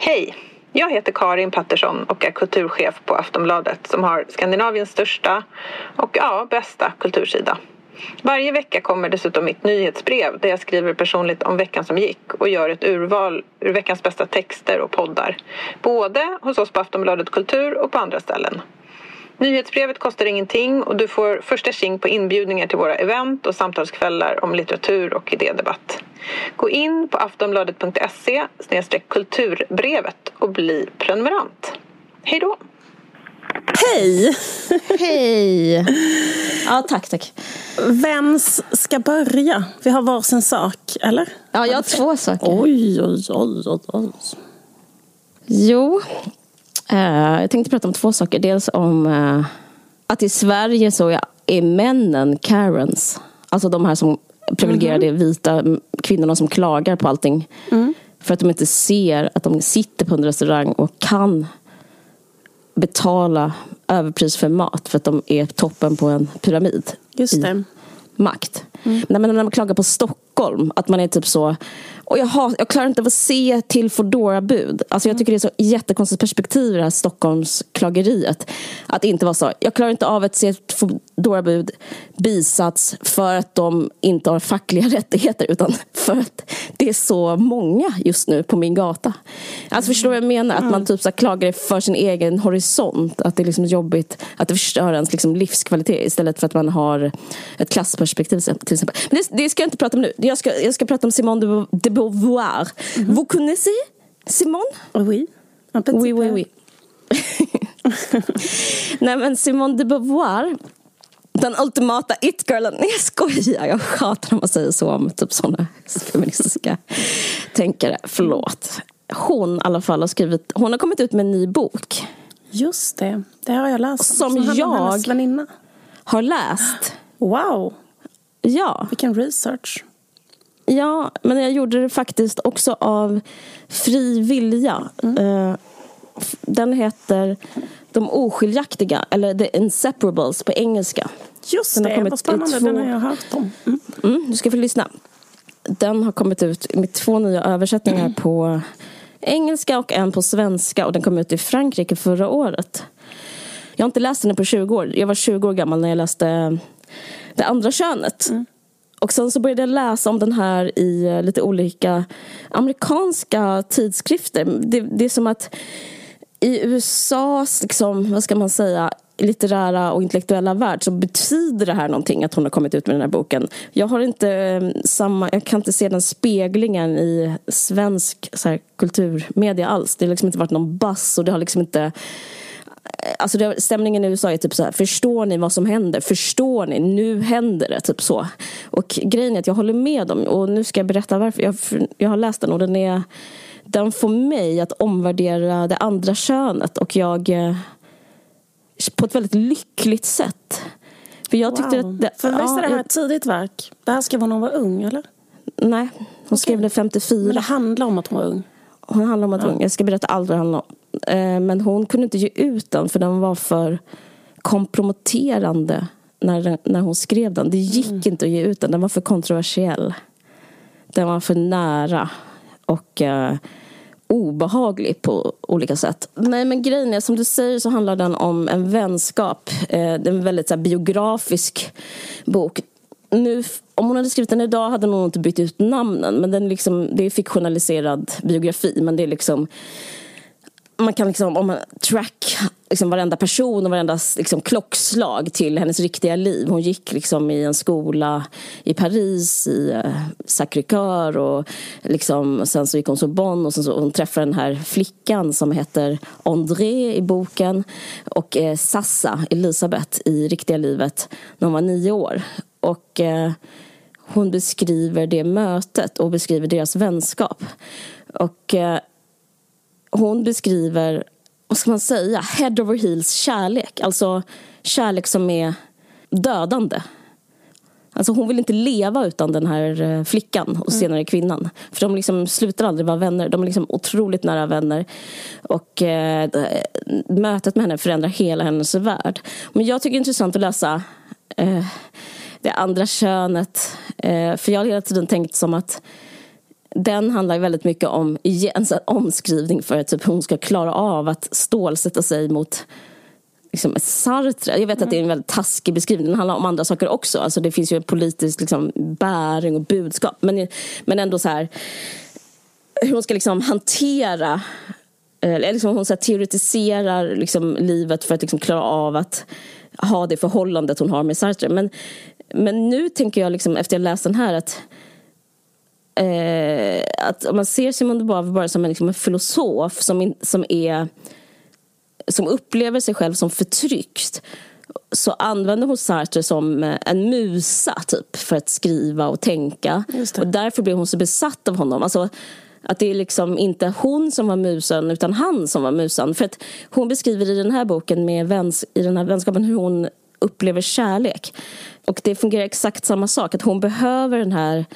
Hej, jag heter Karin Pattersson och är kulturchef på Aftonbladet som har Skandinaviens största och bästa kultursida. Varje vecka kommer dessutom mitt nyhetsbrev där jag skriver personligt om veckan som gick och gör ett urval ur veckans bästa texter och poddar. Både hos oss på Aftonbladet Kultur och på andra ställen. Nyhetsbrevet kostar ingenting och du får första tjing på inbjudningar till våra event och samtalskvällar om litteratur och idédebatt. Gå in på aftonbladet.se/kulturbrevet och bli prenumerant. Hej då! Hej! Hej! Ja, tack. Vem ska börja? Vi har varsin sak, eller? Ja, jag har två saker. Oj. Jo, jag tänkte prata om två saker. Dels om att i Sverige så är männen Karens. Alltså de här som privilegierade vita kvinnorna som klagar på allting. För att de inte ser att de sitter på en restaurang och kan betala överpris för mat för att de är toppen på en pyramid. Just det. Makt. Men när man klagar på Stockholm, att man är typ så, och jag klarar inte av att se till Foodora-bud. Alltså jag tycker det är så jättekonstigt perspektiv i det här Stockholms klageriet. Att inte vara så, jag klarar inte av att se ett Foodora-bud bisats för att de inte har fackliga rättigheter, utan för att det är så många just nu på min gata. Alltså förstår du vad jag menar? Att man typ så klagar för sin egen horisont. Att det är liksom jobbigt, att det förstör ens liksom livskvalitet istället för att man har ett klassperspektiv till exempel. Men det ska jag inte prata om nu. Jag ska prata om Simone de Beauvoir. Vous connaissez Simone? Oui. Oui. Nej, men Simone de Beauvoir, den ultimata it-girlen. Nej, jag skojar. Jag hatar när man säger så om typ sådana feministiska tänkare. Förlåt. Hon i alla fall hon har kommit ut med en ny bok. Just det. Det har jag läst. Som jag har läst. Wow. Ja. Vilken research. Ja, men jag gjorde det faktiskt också av fri vilja. Den heter De oskiljaktiga, eller The Inseparables på engelska. Just det, vad spännande. Den har jag hört om. Du ska få lyssna. Den har kommit ut med 2 nya översättningar på engelska och en på svenska. Och den kom ut i Frankrike förra året. Jag har inte läst den på 20 år. Jag var 20 år gammal när jag läste Det andra könet. Och sen så började jag läsa om den här i lite olika amerikanska tidskrifter. Det är som att i USAs, liksom, vad ska man säga, litterära och intellektuella värld så betyder det här någonting att hon har kommit ut med den här boken. Jag kan inte se den speglingen i svensk så här, kulturmedia alls. Det har liksom inte varit någon buzz och det har liksom inte... Alltså stämningen i USA är typ så här: förstår ni vad som händer? Förstår ni? Nu händer det, typ så. Och grejen är att jag håller med dem. Och nu ska jag berätta varför. Jag har läst den och den får mig att omvärdera det andra könet. Och jag på ett väldigt lyckligt sätt. För jag tyckte att för visst är det här ett tidigt verk? Det här skrev hon var ung, eller? Nej, hon skrev det 54. Men det handlar om att hon var ung. Hon handlar om att hon, jag ska berätta allt vad det handlar om. Men hon kunde inte ge ut den för den var för komprometterande när hon skrev den. Det gick inte att ge ut den. Den var för kontroversiell. Den var för nära och obehaglig på olika sätt. Nej, men grejen är, som du säger så handlar den om en vänskap. Det är en väldigt så här, biografisk bok. Nu, om hon hade skrivit den idag hade hon inte bytt ut namnen. Men den liksom, det är fiktionaliserad biografi. Men det är liksom... Man kan liksom, om man track liksom varenda person och varenda liksom klockslag till hennes riktiga liv. Hon gick liksom i en skola i Paris, i Sacré-Cœur och liksom, sen så gick hon Sorbonne och sen så hon träffade den här flickan som heter André i boken och Sassa, Elisabeth i riktiga livet när hon var 9 år. Och hon beskriver det mötet och beskriver deras vänskap. Och hon beskriver, vad ska man säga, head over heels kärlek. Alltså kärlek som är dödande. Alltså hon vill inte leva utan den här flickan och senare kvinnan. För de liksom slutar aldrig vara vänner. De är liksom otroligt nära vänner. Och mötet med henne förändrar hela hennes värld. Men jag tycker det är intressant att läsa det andra könet. För jag har hela tiden tänkt som att den handlar väldigt mycket om en omskrivning för att typ, hon ska klara av att stålsätta sig mot liksom, Sartre. Jag vet att det är en väldigt taskig beskrivning. Den handlar om andra saker också. Alltså, det finns ju en politisk liksom, bäring och budskap. Men ändå så här, hur hon ska liksom, hantera, eller liksom, hon så här, teoretiserar liksom, livet för att liksom, klara av att ha det förhållandet hon har med Sartre. Men nu tänker jag liksom, efter jag läst den här att om man ser Simone de Beauvoir bara som en filosof som upplever sig själv som förtryckt, så använder hon Sartre som en musa typ för att skriva och tänka, och därför blev hon så besatt av honom. Alltså att det är liksom inte hon som var musen utan han som var musan, för att hon beskriver i den här boken i den här vänskapen hur hon upplever kärlek, och det fungerar exakt samma sak, att hon behöver den här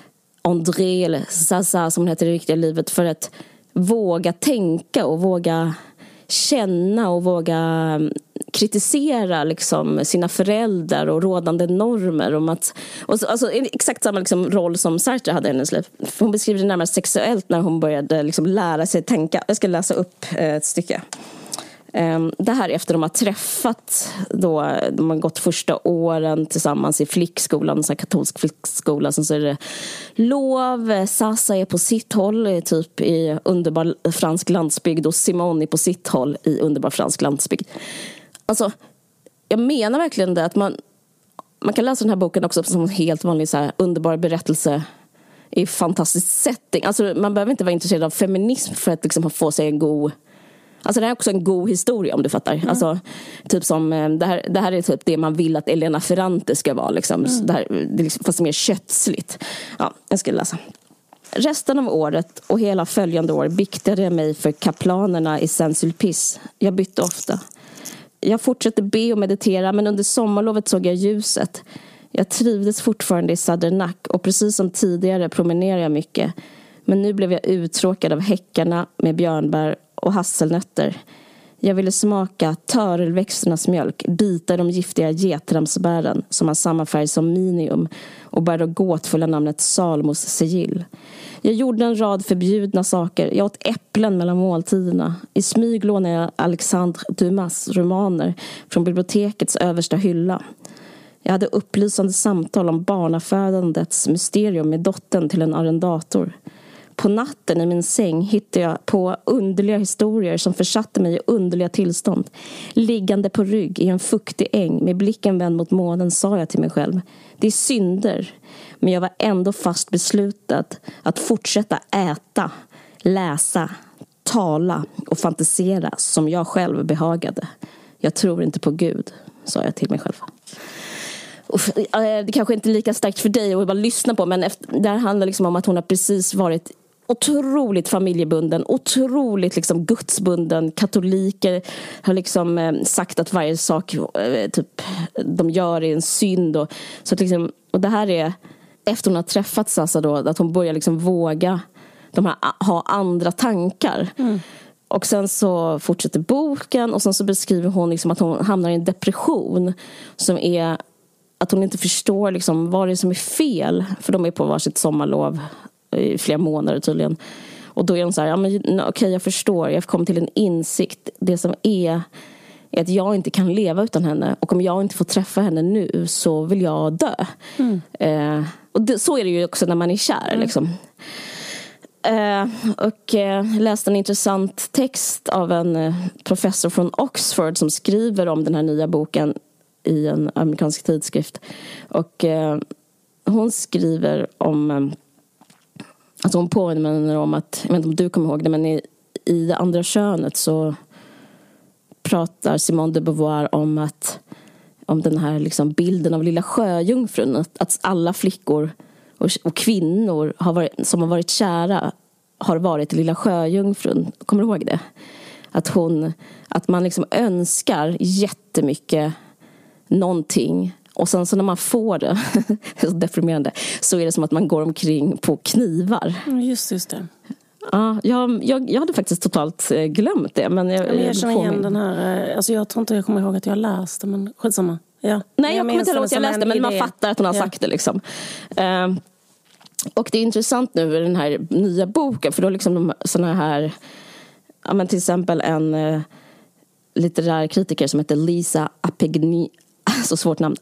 André eller Zaza som hon heter i riktiga livet för att våga tänka och våga känna och våga kritisera liksom sina föräldrar och rådande normer om att, alltså exakt samma liksom roll som Sartre hade i hennes liv. Hon beskriver det närmare sexuellt när hon började liksom lära sig tänka. Jag ska läsa upp ett stycke. Det här efter de har träffat då, de har gått första åren tillsammans i flickskolan, en katolsk flickskola, sen så är det lov, Sasa är på sitt håll typ i underbar fransk landsbygd och Simone är på sitt håll i underbar fransk landsbygd. Alltså, jag menar verkligen det, att man kan läsa den här boken också som en helt vanlig så här underbar berättelse i fantastisk setting. Alltså, man behöver inte vara intresserad av feminism för att liksom få sig en god... Alltså det här är också en god historia, om du fattar. Alltså typ som det här är typ det man vill att Elena Ferrante ska vara liksom. Det är liksom, fast mer kötsligt. Ja, jag ska läsa. Resten av året och hela följande år biktade jag mig för kaplanerna i Saint-Sulpice. Jag bytte ofta. Jag fortsatte be och meditera, men under sommarlovet såg jag ljuset. Jag trivdes fortfarande i Sadernac och precis som tidigare promenerade jag mycket. Men nu blev jag uttråkad av häckarna med björnbär och hasselnötter. Jag ville smaka törelväxternas mjölk, bita de giftiga getramsbären som har samma färg som minium och bär det gåtfulla namnet Salmos sigill. Jag gjorde en rad förbjudna saker. Jag åt äpplen mellan måltiderna. I smyg lånade jag Alexandre Dumas romaner från bibliotekets översta hylla. Jag hade upplysande samtal om barnafödandets mysterium med dottern till en arrendator. På natten i min säng hittade jag på underliga historier som försatte mig i underliga tillstånd. Liggande på rygg i en fuktig äng med blicken vänd mot månen sa jag till mig själv: det är synder, men jag var ändå fast beslutad att fortsätta äta, läsa, tala och fantisera som jag själv behagade. Jag tror inte på Gud, sa jag till mig själv. Det kanske inte är lika starkt för dig att bara lyssna på, men det här handlar liksom om att hon har precis varit otroligt familjebunden, otroligt liksom gudsbunden. Katoliker har liksom sagt att varje sak typ de gör är en synd, och så att liksom, och det här är efter hon har träffat Sasa då, att hon börjar liksom våga ha andra tankar. Och sen så fortsätter boken, och sen så beskriver hon liksom att hon hamnar i en depression som är att hon inte förstår liksom vad det är som är fel, för de är på varsitt sommarlov i flera månader tydligen. Och då är hon så här, ja, men okej, jag förstår, jag kom till en insikt. Det som är att jag inte kan leva utan henne, och om jag inte får träffa henne nu så vill jag dö. Och så är det ju också när man är kär liksom. Och läste en intressant text av en professor från Oxford som skriver om den här nya boken i en amerikansk tidskrift. Och hon skriver om, alltså hon påminner om att, jag vet inte om du kommer ihåg det, men i Det andra könet så pratar Simone de Beauvoir om den här liksom bilden av lilla sjöjungfrun, att alla flickor och kvinnor som har varit kära har varit lilla sjöjungfrun. Kommer du ihåg det? Att man liksom önskar jättemycket någonting, och sen så när man får det så deprimerande, så är det som att man går omkring på knivar. Just det. Ja, jag hade faktiskt totalt glömt det, men jag känner igen den här, alltså jag tror inte jag kommer ihåg att jag läste, men skitsamma. Ja. Nej, jag kommer inte ihåg att jag läste, men man fattar att hon har sagt det liksom. Och det är intressant nu i den här nya boken, för då liksom såna här, ja men till exempel en litterär kritiker som heter Lisa så svårt namn,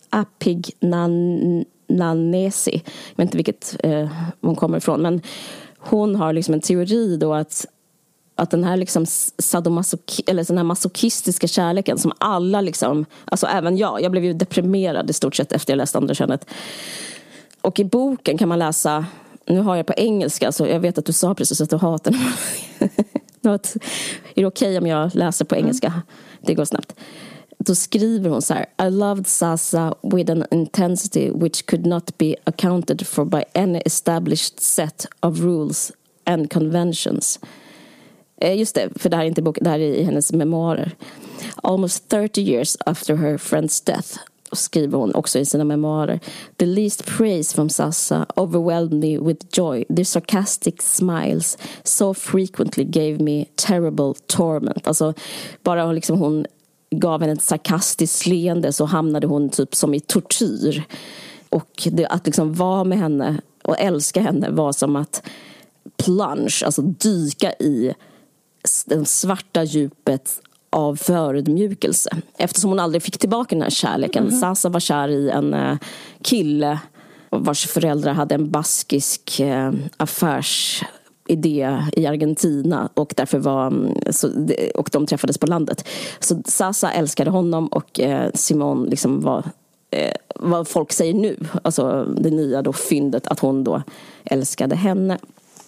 Apignanesi. Jag vet inte vilket hon kommer ifrån, men hon har liksom en teori då att den här liksom eller den här masochistiska kärleken som alla liksom, alltså även jag blev ju deprimerad i stort sett efter jag läste Andra könet. Och i boken kan man läsa, nu har jag på engelska, så jag vet att du sa precis att du hatar något. Är det okej om jag läser på engelska? Det går snabbt. Då skriver hon så här: I loved Sasa with an intensity which could not be accounted for by any established set of rules and conventions. Just det, för det här är inte bok, det här är i hennes memoarer. Almost 30 years after her friend's death, skriver hon också i sina memoarer, the least praise from Sasa overwhelmed me with joy. The sarcastic smiles so frequently gave me terrible torment. Alltså bara liksom hon gav henne ett sarkastiskt leende så hamnade hon typ som i tortyr. Och det, att liksom vara med henne och älska henne var som att plunge, alltså dyka i den svarta djupet av förödmjukelse. Eftersom hon aldrig fick tillbaka den här kärleken. Sasa var kär i en kille vars föräldrar hade en baskisk affärsidé i Argentina och därför och de träffades på landet. Så Sasa älskade honom och Simone liksom var vad folk säger nu, alltså det nya då fyndet att hon då älskade henne.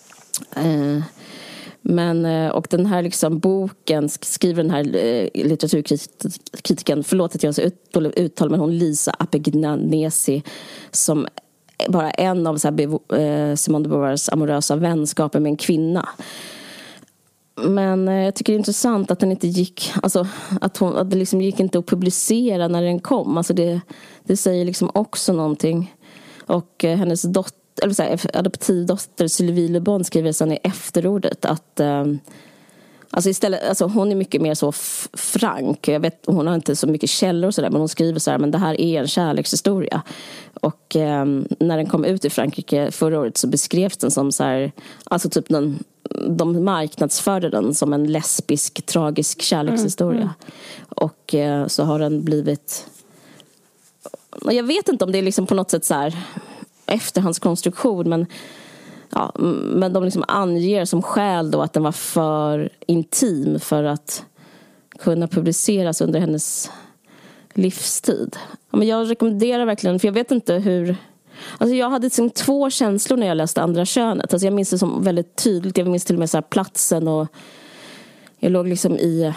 Men, och den här liksom boken skriver den här litteraturkritiken, förlåt att jag så uttal, men hon Lisa Apignanesi, som bara en av så här Simone de Beauvoirs amorösa vänskaper med en kvinna. Men jag tycker det är intressant att den inte gick, alltså att det liksom gick inte att publicera när den kom. Alltså det säger liksom också någonting. Och hennes dotter, eller så här, adoptivdotter Sylvie Le Bon skriver sen i efterordet att alltså istället, alltså hon är mycket mer så frank. Jag vet, hon har inte så mycket källor och sådär, men hon skriver så här: men det här är en kärlekshistoria. Och när den kom ut i Frankrike förra året så beskrevs den som så här, alltså typ de marknadsförde den som en lesbisk, tragisk kärlekshistoria. Och så har den blivit, jag vet inte om det är liksom på något sätt så här efterhandskonstruktion, men de liksom anger som skäl då att den var för intim för att kunna publiceras under hennes livstid. Ja, men jag rekommenderar verkligen, för jag vet inte hur, alltså jag hade liksom två känslor när jag läste Andra könet. Alltså jag minns det som väldigt tydligt. Jag minns till och med så här platsen, och jag låg liksom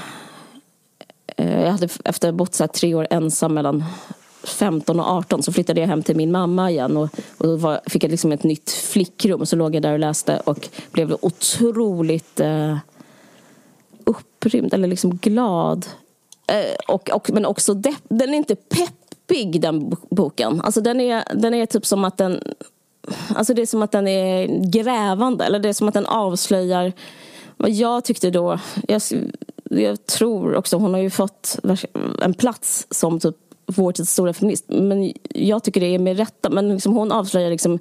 jag hade efter bott så här 3 år ensam mellan 15 och 18, så flyttade jag hem till min mamma igen och då fick jag liksom ett nytt flickrum, och så låg jag där och läste och blev otroligt upprymd eller liksom glad, men också den är inte peppig, den boken. Alltså den är typ som att den, alltså det är som att den är grävande, eller det är som att den avslöjar vad jag tyckte då. Jag tror också hon har ju fått en plats som typ vår tids stora feminist, men jag tycker det är med rätta, men liksom hon avslöjar liksom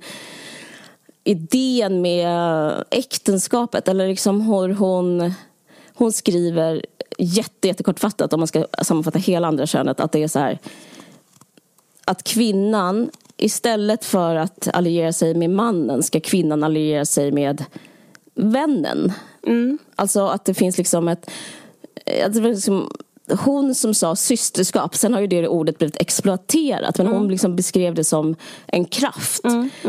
idén med äktenskapet, eller liksom hur hon skriver jättekortfattat, om man ska sammanfatta hela Andra könet, att det är så här att kvinnan, istället för att alliera sig med mannen, ska kvinnan alliera sig med vännen. Alltså att det finns liksom hon som sa systerskap, sen har ju det ordet blivit exploaterat, men hon liksom beskrev det som en kraft.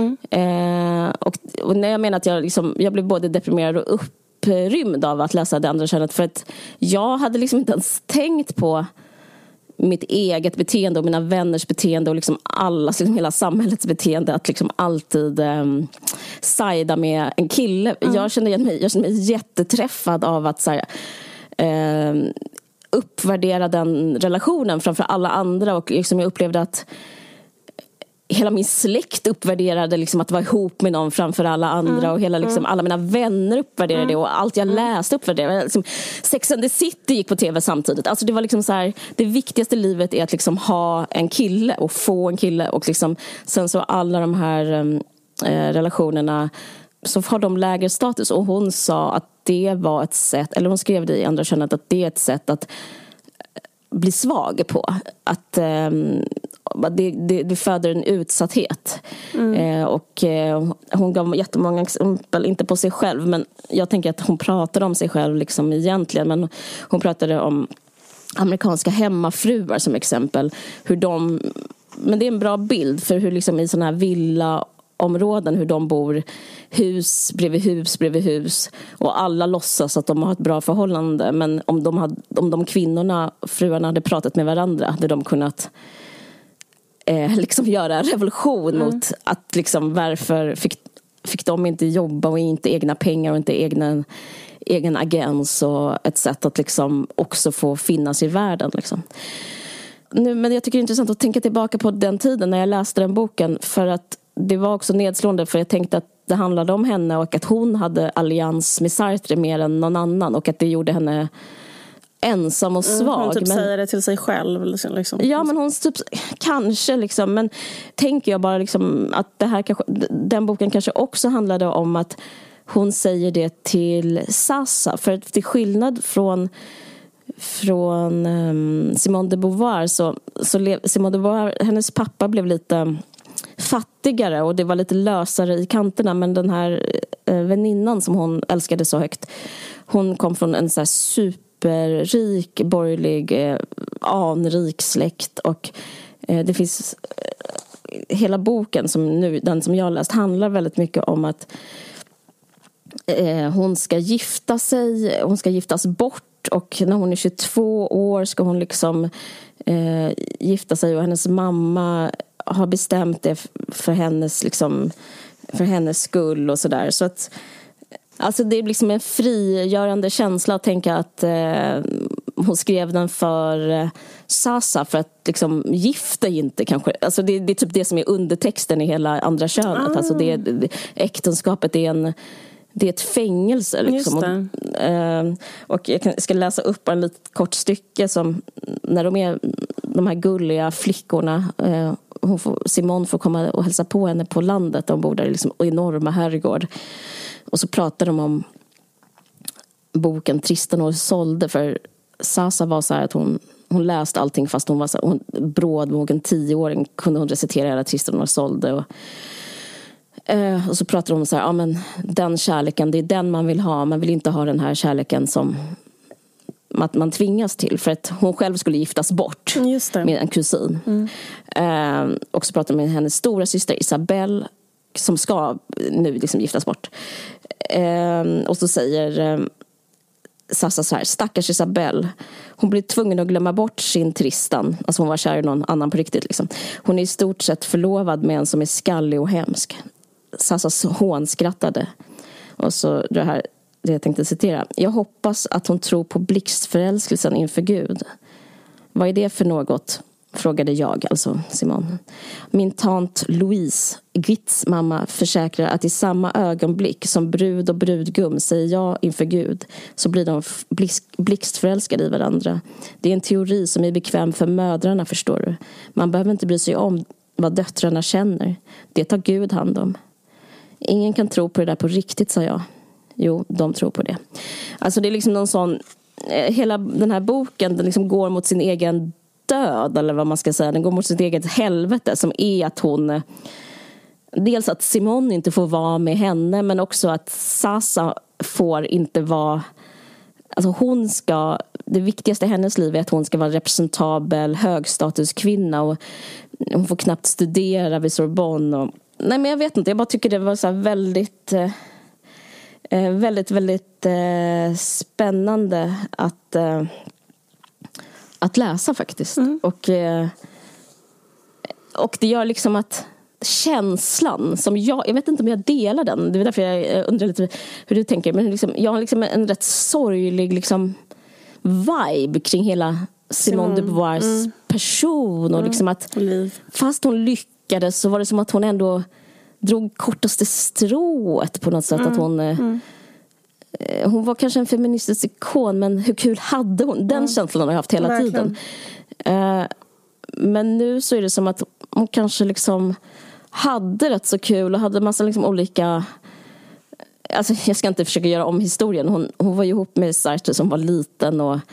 Och när jag menar att jag blev både deprimerad och upprymd av att läsa Det andra könet, för att jag hade liksom inte ens tänkt på mitt eget beteende och mina vänners beteende och liksom liksom hela samhällets beteende, att liksom alltid sajda med en kille. Jag kände mig jätteträffad av att så här, uppvärdera den relationen framför alla andra, och liksom jag upplevde att hela min släkt uppvärderade liksom att vara ihop med någon framför alla andra, och hela liksom alla mina vänner uppvärderade det, och allt jag läste uppvärderade liksom. Sex and the City gick på tv samtidigt. Alltså det var liksom så här, det viktigaste i livet är att liksom ha en kille och få en kille, och liksom sen så alla de här relationerna, så har de lägre status. Och hon sa att det var ett sätt, eller hon skrev det i Andra könet, att det är ett sätt att bli svag på. Att det föder en utsatthet. Och hon gav jättemånga exempel, inte på sig själv, men jag tänker att hon pratade om sig själv liksom egentligen, men hon pratade om amerikanska hemmafruar som exempel, hur men det är en bra bild för hur liksom i sådana här villaområden, hur de bor hus bredvid hus och alla låtsas att de har ett bra förhållande, men om de kvinnorna, fruarna, hade pratat med varandra, hade de kunnat liksom göra en revolution mot att liksom, varför fick de inte jobba och inte egna pengar och inte egen agens och ett sätt att liksom också få finnas i världen liksom. Men jag tycker det är intressant att tänka tillbaka på den tiden när jag läste den boken, för att det var också nedslående, för jag tänkte att det handlade om henne och att hon hade allians med Sartre mer än någon annan och att det gjorde henne ensam och svag. Hon typ säger det till sig själv liksom. Ja, men hon typ kanske liksom, men tänker jag bara liksom att det här kanske, den boken kanske också handlade om att hon säger det till Sasa, för att till skillnad från Simone de Beauvoir så Simone de Beauvoir, hennes pappa blev lite fattigare och det var lite lösare i kanterna, men den här väninnan som hon älskade så högt, hon kom från en så här superrik borgerlig anrik släkt, och det finns hela boken den som jag läst handlar väldigt mycket om att hon ska gifta sig, hon ska giftas bort, och när hon är 22 år ska hon liksom gifta sig, och hennes mamma har bestämt det för hennes liksom, för hennes skull och sådär. Så att alltså det är liksom en frigörande känsla att tänka att hon skrev den för Sasa, för att liksom gifta inte kanske, alltså det är typ det som är undertexten i hela Andra könet. Alltså äktenskapet är ett fängelse liksom. Och jag ska läsa upp en litet kort stycke som när de här gulliga flickorna, Simone får komma och hälsa på henne på landet, de bor där liksom enorma herrgård, och så pratar de om boken Tristan och Isolde, för Sasa var så här att hon läste allting fast hon var så här, brådmogen 10-åring kunde hon recitera hela Tristan och Isolde, och så pratar de så här, ja men den kärleken, det är den man vill ha, man vill inte ha den här kärleken som man tvingas till, för att hon själv skulle giftas bort med en kusin. Och så pratar de med hennes stora syster Isabelle som ska nu liksom giftas bort. Och så säger Sasa så här, stackars Isabelle, hon blir tvungen att glömma bort sin Tristan, alltså hon var kär i någon annan på riktigt liksom. Hon är i stort sett förlovad med en som är skallig och hemsk. Sasa hånskrattade. Och så det jag tänkte citera. Jag hoppas att hon tror på blixtförälskelsen inför Gud. Vad är det för något? Frågade jag, alltså Simone. Min tant Louise, Guits mamma, försäkrar att i samma ögonblick som brud och brudgum säger ja inför Gud, så blir de blixtförälskade i varandra. Det är en teori som är bekväm för mödrarna, förstår du. Man behöver inte bry sig om vad döttrarna känner. Det tar Gud hand om. Ingen kan tro på det där på riktigt, sa jag. Jo, de tror på det. Alltså det är liksom någon sån, hela den här boken, den liksom går mot sin egen död, eller vad man ska säga. Den går mot sitt eget helvete, som är att hon, dels att Simone inte får vara med henne, men också att Sasa får inte vara, alltså hon ska, det viktigaste i hennes liv är att hon ska vara representabel högstatuskvinna, och hon får knappt studera vid Sorbonne och, nej men jag vet inte, jag bara tycker det var så här väldigt spännande att läsa faktiskt. Och det gör liksom att känslan som jag vet inte om jag delar den, det är därför jag undrar lite hur du tänker, men liksom, jag har liksom en rätt sorglig liksom vibe kring hela Simone de Beauvoirs person, och liksom att fast hon lyckades så var det som att hon ändå drog kortaste strået på något sätt, att hon var kanske en feministisk ikon, men hur kul hade hon? Den känslan har jag haft hela tiden. Men nu så är det som att hon kanske liksom hade rätt så kul och hade massa liksom olika... Alltså jag ska inte försöka göra om historien. Hon var ju ihop med Sartre som var liten och...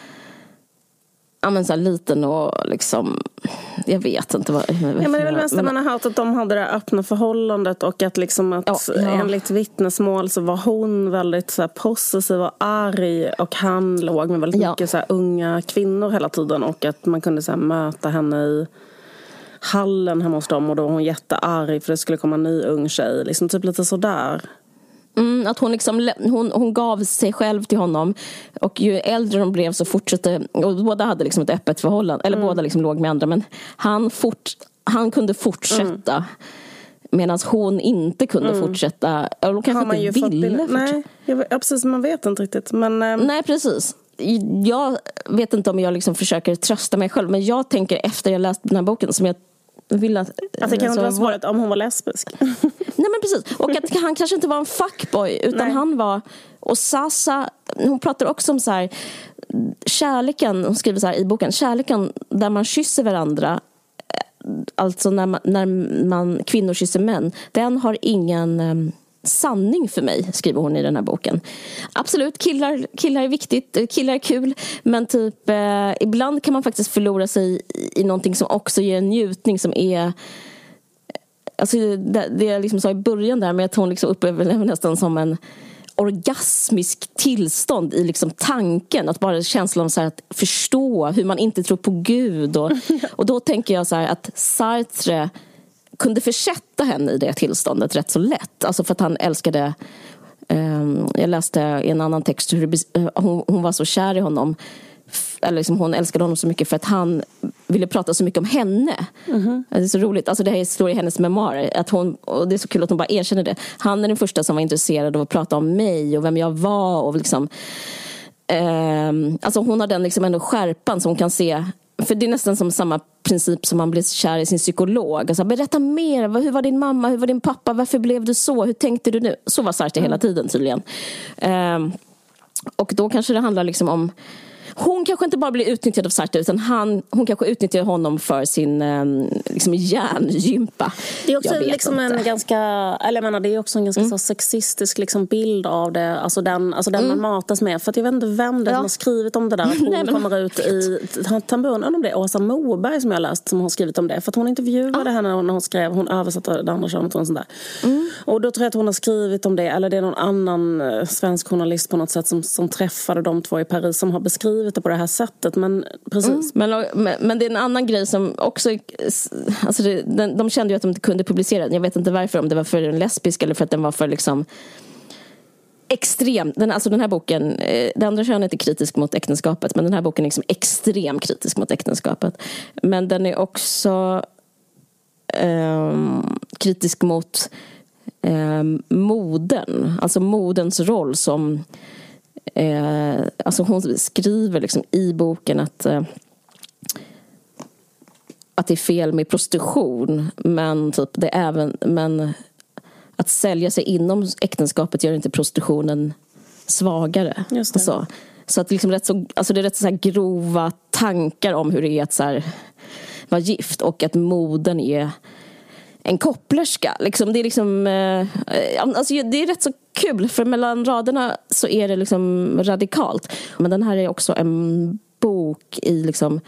Ja, men så här liten och liksom... Jag vet inte vad... Ja, men det är väl mest man har hört att de hade det öppna förhållandet och att liksom att enligt vittnesmål så var hon väldigt så här possessiv och arg och han låg med väldigt mycket så här unga kvinnor hela tiden och att man kunde så här möta henne i hallen hemma hos dem och då var hon jättearg för det skulle komma en ny ung tjej. Liksom typ lite sådär. Att hon liksom hon gav sig själv till honom och ju äldre de blev så fortsatte och båda hade liksom ett öppet förhållande eller båda liksom låg med andra men han kunde fortsätta medan hon inte kunde fortsätta eller hon kanske inte ville fortsätta. Nej, precis, man vet inte riktigt men nej precis. Jag vet inte om jag liksom försöker trösta mig själv men jag tänker efter jag läst den här boken som jag vill att det kan inte vara svaret om hon var lesbisk. Nej men precis. Och att han kanske inte var en fuckboy utan han var... Och Sasa, hon pratar också om så här kärleken, hon skriver så här i boken, kärleken där man kysser varandra, alltså när man kvinnor kysser män, den har ingen sanning för mig, skriver hon i den här boken. Absolut, killar är viktigt, killar är kul, men typ ibland kan man faktiskt förlora sig i någonting som också ger en njutning som är alltså det jag liksom sa i början där med att hon liksom upplever nästan som en orgasmisk tillstånd i liksom tanken, att bara känslan av så här att förstå hur man inte tror på Gud och då tänker jag så här att Sartre kunde försätta henne i det tillståndet rätt så lätt, alltså för att han älskade jag läste i en annan text hur hon var så kär i honom eller liksom hon älskade honom så mycket för att han ville prata så mycket om henne. Det är så roligt, alltså det här står i hennes memoarer att hon, och det är så kul att hon bara erkänner det, han är den första som var intresserad av att prata om mig och vem jag var och liksom alltså hon har den liksom ändå skärpan som hon kan se, för det är nästan som samma princip som man blir kär i sin psykolog, alltså berätta mer, hur var din mamma, hur var din pappa, varför blev du så, hur tänkte du nu, så var Sartre hela tiden tydligen. Och då kanske det handlar liksom om hon kanske inte bara blir utnyttjad av Sartre utan hon kanske utnyttjar honom för sin liksom hjärngympa. Det är också liksom en ganska, eller jag menar, det är också en ganska så sexistisk liksom bild av det, alltså den man matas med, för att jag vet inte vem det som har skrivit om det där, att hon kommer ut i tamburen, om det är Åsa Moberg som jag läst som har skrivit om det, för att hon intervjuade henne när hon skrev, hon översatte det andra könet och sånt där. Och då tror jag att hon har skrivit om det, eller det är någon annan svensk journalist på något sätt som träffade de två i Paris som har beskrivit det på det här sättet, men precis. Men det är en annan grej som också, alltså de kände ju att de inte kunde publicera den. Jag vet inte varför, om det var för en lesbisk eller för att den var för liksom extrem. Den här boken, det andra könet är kritisk mot äktenskapet, men den här boken är liksom extrem kritisk mot äktenskapet. Men den är också kritisk mot moden, alltså modens roll som alltså hon skriver liksom i boken att det är fel med prostitution, men typ det är även, men att sälja sig inom äktenskapet gör inte prostitutionen svagare. Just det. Alltså, så att liksom alltså det är rätt så här grova tankar om hur det är att så här vara gift och att moden är en kopplerska liksom, det är liksom alltså det är rätt så kul, för mellan raderna så är det liksom radikalt, men den här är också en bok i liksom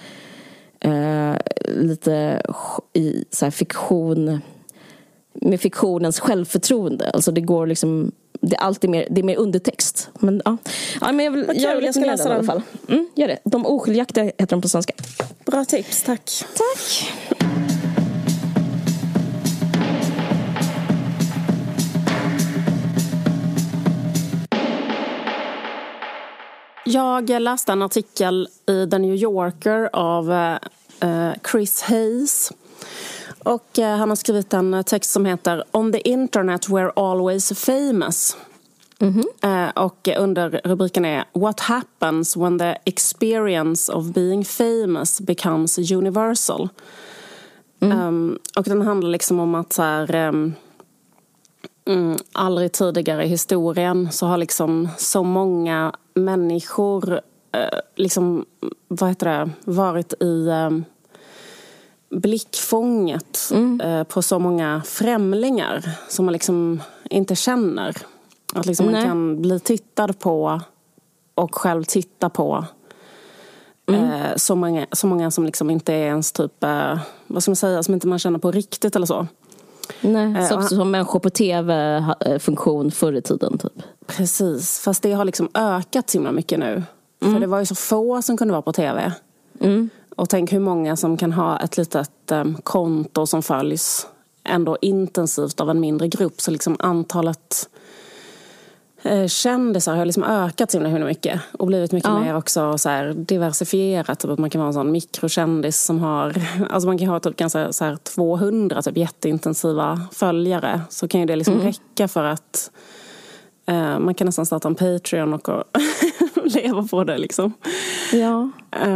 lite i så här fiktion, med fiktionens självförtroende, alltså det går liksom, det är alltid mer, det är mer undertext, men ja men jag ska läsa den i alla fall. Gör det. De oskiljaktiga heter de på svenska. Bra tips, tack. Jag läste en artikel i The New Yorker av Chris Hayes. Och han har skrivit en text som heter On the Internet We're Always Famous. Och under rubriken är What happens when the experience of being famous becomes universal? Och den handlar liksom om att så här, aldrig tidigare i historien så har liksom så många människor liksom, varit blickfånget på så många främlingar som man liksom inte känner. Att liksom man kan bli tittad på och själv titta på så många som liksom inte är ens typ, vad ska man säga, som inte man känner på riktigt eller så. Nej, som människor på tv-funktion förr i tiden typ. Precis, fast det har liksom ökat så himla mycket nu. För det var ju så få som kunde vara på tv. Och tänk hur många som kan ha ett litet konto som följs ändå intensivt av en mindre grupp. Så liksom antalet kändisar har liksom ökat så himla mycket. Och blivit mycket mer också så här diversifierat. Typ att man kan vara en sån mikrokändis som har... Alltså man kan ha typ ganska så här 200 typ jätteintensiva följare. Så kan ju det liksom räcka för att... man kan nästan starta en Patreon och leva på det liksom. Ja.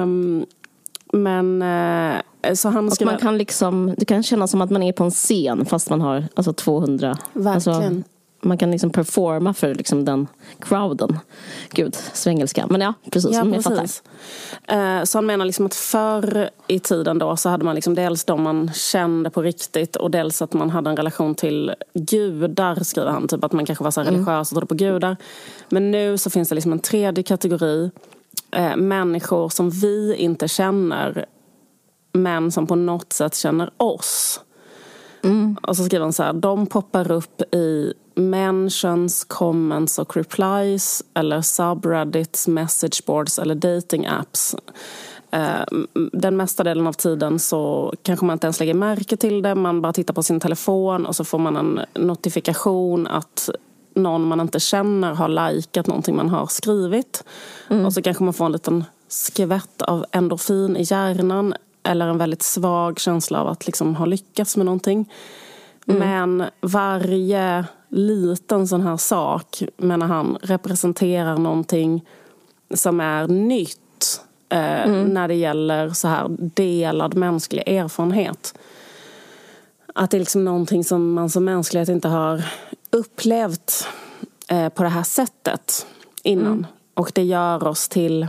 Men så han och man kan liksom, det kan kännas som att man är på en scen fast man har alltså 200. Verkligen. Alltså, man kan liksom performa för liksom den crowden. Gud, svengelska. Men ja, precis. Ja, jag precis. Så han menar liksom att förr i tiden då så hade man liksom dels de man kände på riktigt och dels att man hade en relation till gudar, skriver han. Typ att man kanske var så religiös och trodde på gudar. Men nu så finns det liksom en tredje kategori. Människor som vi inte känner men som på något sätt känner oss. Och så skriver han så här: de poppar upp i mentions, comments och replies eller subreddits, messageboards eller dating apps. Den mesta delen av tiden så kanske man inte ens lägger märke till det. Man bara tittar på sin telefon och så får man en notifikation att någon man inte känner har likat någonting man har skrivit. Och så kanske man får en liten skvätt av endorfin i hjärnan eller en väldigt svag känsla av att liksom ha lyckats med någonting. Men varje liten sån här sak, menar han, representerar någonting som är nytt när det gäller så här delad mänsklig erfarenhet. Att det är liksom någonting som man som mänsklighet inte har upplevt på det här sättet innan. Och det gör oss till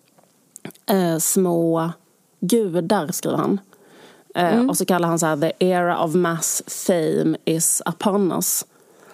små gudar, skriver han. Och så kallar han så här: the era of mass fame is upon us.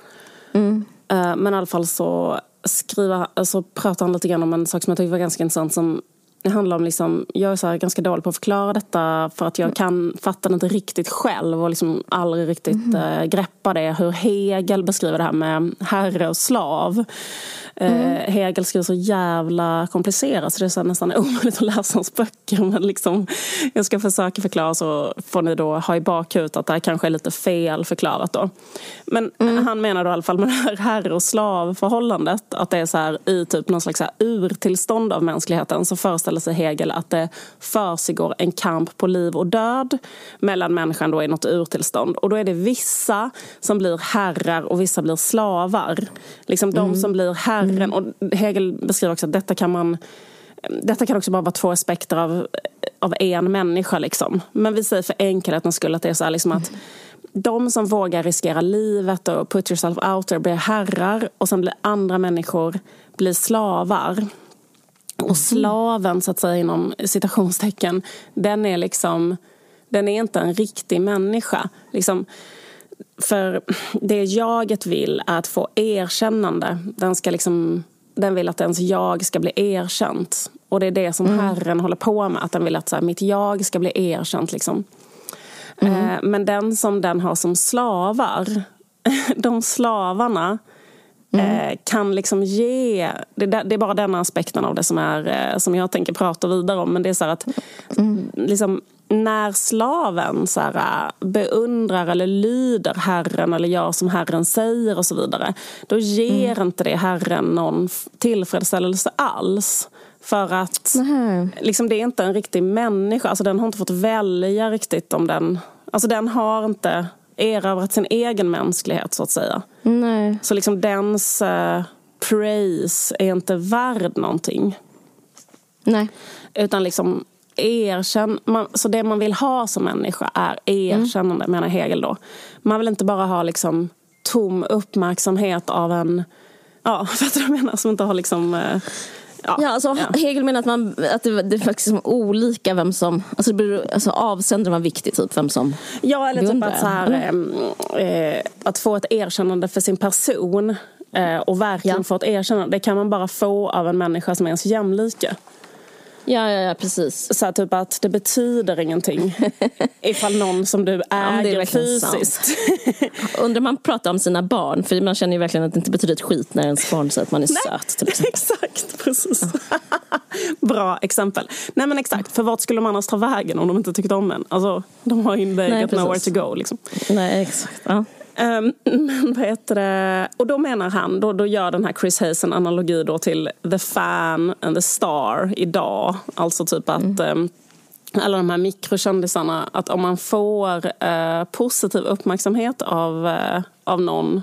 Men i alla fall så pratar han lite grann om en sak som jag tycker var ganska intressant, som det handlar om liksom, jag är så här ganska dålig på att förklara detta för att jag kan fatta det inte riktigt själv och liksom aldrig riktigt greppa det, hur Hegel beskriver det här med herre och slav. Hegel skriver så jävla komplicerat så det är så nästan omöjligt att läsa hans böcker, men liksom, jag ska försöka förklara så får ni då ha i bakhuvudet att det här kanske är lite fel förklarat då. Men han menar då i alla fall med det här herre- och slavförhållandet att det är så här i typ någon slags så här urtillstånd av mänskligheten, så föreställer sig Hegel att det försiggår en kamp på liv och död mellan människan då i något urtillstånd, och då är det vissa som blir herrar och vissa blir slavar. Liksom de som blir herrar. Och Hegel beskriver också att detta kan också bara vara två aspekter av en människa liksom. Men vi säger för enkelhetens skull att det är så här liksom att de som vågar riskera livet och put yourself out there blir herrar, och sen blir andra människor blir slavar. Och slaven, så att säga inom citationstecken, den är inte en riktig människa liksom. För det jaget vill är att få erkännande. Den vill att ens jag ska bli erkänt. Och det är det som Herren håller på med. Att den vill att så här, mitt jag ska bli erkänt liksom. Men den som den har som slavar, de slavarna kan liksom ge, det är bara den aspekten av det som jag tänker prata vidare om, men det är så här att liksom, när slaven så här, beundrar eller lyder Herren eller gör som Herren säger och så vidare, då ger inte det Herren någon tillfredsställelse alls. För att liksom, det är inte en riktig människa. Alltså den har inte fått välja riktigt om den... Alltså den har inte erövrat sin egen mänsklighet, så att säga. Nej. Så liksom dens praise är inte värd någonting. Nej. Utan liksom så det man vill ha som människa är erkännande, menar Hegel då. Man vill inte bara ha liksom tom uppmärksamhet av en... Ja, för att jag menar, som inte har liksom... Hegel menar att det är faktiskt olika vem som, avsändaren var viktig, typ vem som eller typ att, så här, att få ett erkännande för sin person och verkligen få ett erkännande, det kan man bara få av en människa som är ens jämlike. Ja, precis. Så här, typ att det betyder ingenting ifall någon som du äger fysiskt. Undrar man pratar om sina barn, för man känner ju verkligen att det inte betyder ett skit när ens barn säger att man är söt, till exempel. Exakt, precis. Bra exempel. Nej, men exakt, för vart skulle man annars ta vägen om de inte tyckte om en? Alltså, de har ju inte nowhere to go, liksom. Nej, exakt, ja. Men vad heter det? Och då menar han, då gör den här Chris Hayes en analogi då till The Fan and the Star idag. Alltså typ att alla de här mikrokändisarna, att om man får positiv uppmärksamhet av någon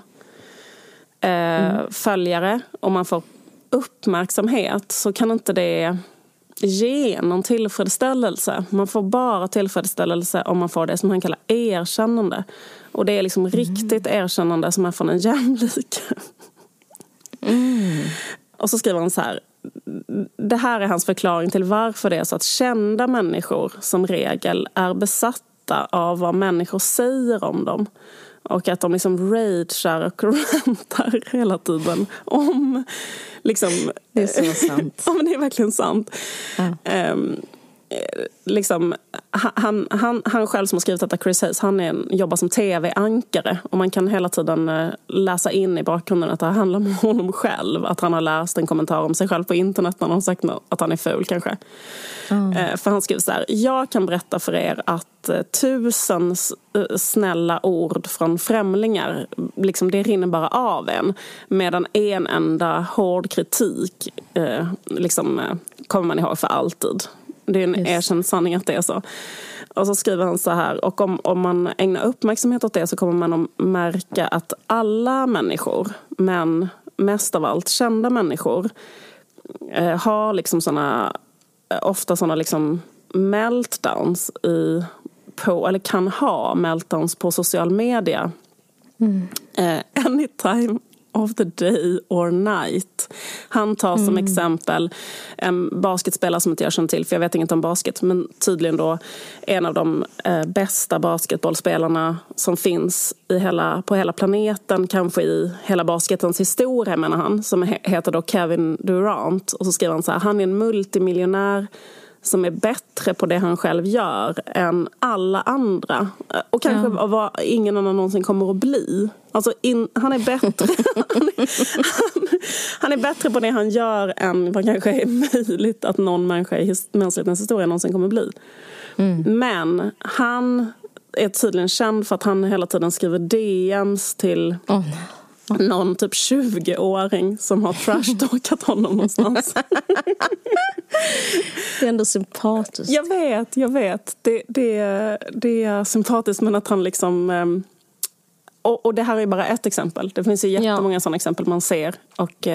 följare, om man får uppmärksamhet, så kan inte det ge någon tillfredsställelse. Man får bara tillfredsställelse om man får det som han kallar erkännande. Och det är liksom riktigt erkännande som är från en jämlik. Och så skriver han så här: det här är hans förklaring till varför det är så att kända människor som regel är besatta av vad människor säger om dem. Och att de liksom ragear och rantar hela tiden om liksom... Det är så sant. Ja, men det är verkligen sant. Ja. Liksom, han själv som har skrivit detta, Chris Hayes, han jobbar som tv-ankare, och man kan hela tiden läsa in i bakgrunden att det handlar om honom själv, att han har läst en kommentar om sig själv på internet när han har sagt att han är ful kanske. För han skriver så här: jag kan berätta för er att 1000 snälla ord från främlingar, liksom, det rinner bara av en, medan en enda hård kritik kommer man ihåg för alltid. Det är en erkänd sanning att det är så. Och så skriver han så här: och om man ägnar uppmärksamhet åt det, så kommer man att märka att alla människor, men mest av allt kända människor, har liksom ofta såna liksom meltdowns eller kan ha meltdowns på social media. Anytime of the day or night. Han tar som exempel en basketspelare som inte jag känner till, för jag vet inget om basket, men tydligen då en av de bästa basketbollspelarna som finns på hela planeten, kanske i hela basketens historia, menar han, som heter då Kevin Durant. Och så skriver han så här: han är en multimiljonär som är bättre på det han själv gör än alla andra. Och kanske vad ingen annan någonsin kommer att bli. Alltså han är bättre. han är bättre på det han gör än vad kanske är möjligt att någon människa i mänsklighetens historia någonsin kommer att bli. Men han är tydligen känd för att han hela tiden skriver DMs till någon typ 20-åring som har trash-talkat honom någonstans. Det är ändå sympatiskt. Jag vet. Det är sympatiskt, men att han liksom... Och det här är bara ett exempel. Det finns ju jättemånga sådana exempel man ser. Och...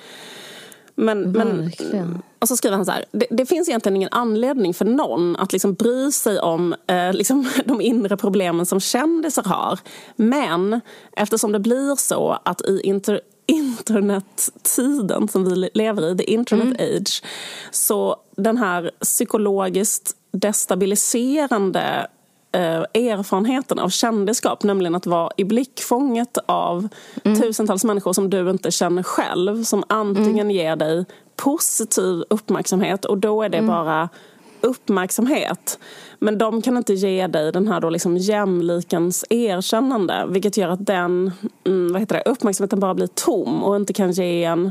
Men, och så skriver han så här: det finns egentligen ingen anledning för någon att liksom bry sig om liksom de inre problemen som kändisar har. Men eftersom det blir så att i internettiden som vi lever i, the internet age, så den här psykologiskt destabiliserande erfarenheten av kändisskap, nämligen att vara i blickfånget av tusentals människor som du inte känner själv, som antingen ger dig positiv uppmärksamhet, och då är det bara uppmärksamhet, men de kan inte ge dig den här då liksom jämlikens erkännande, vilket gör att den uppmärksamheten bara blir tom och inte kan ge en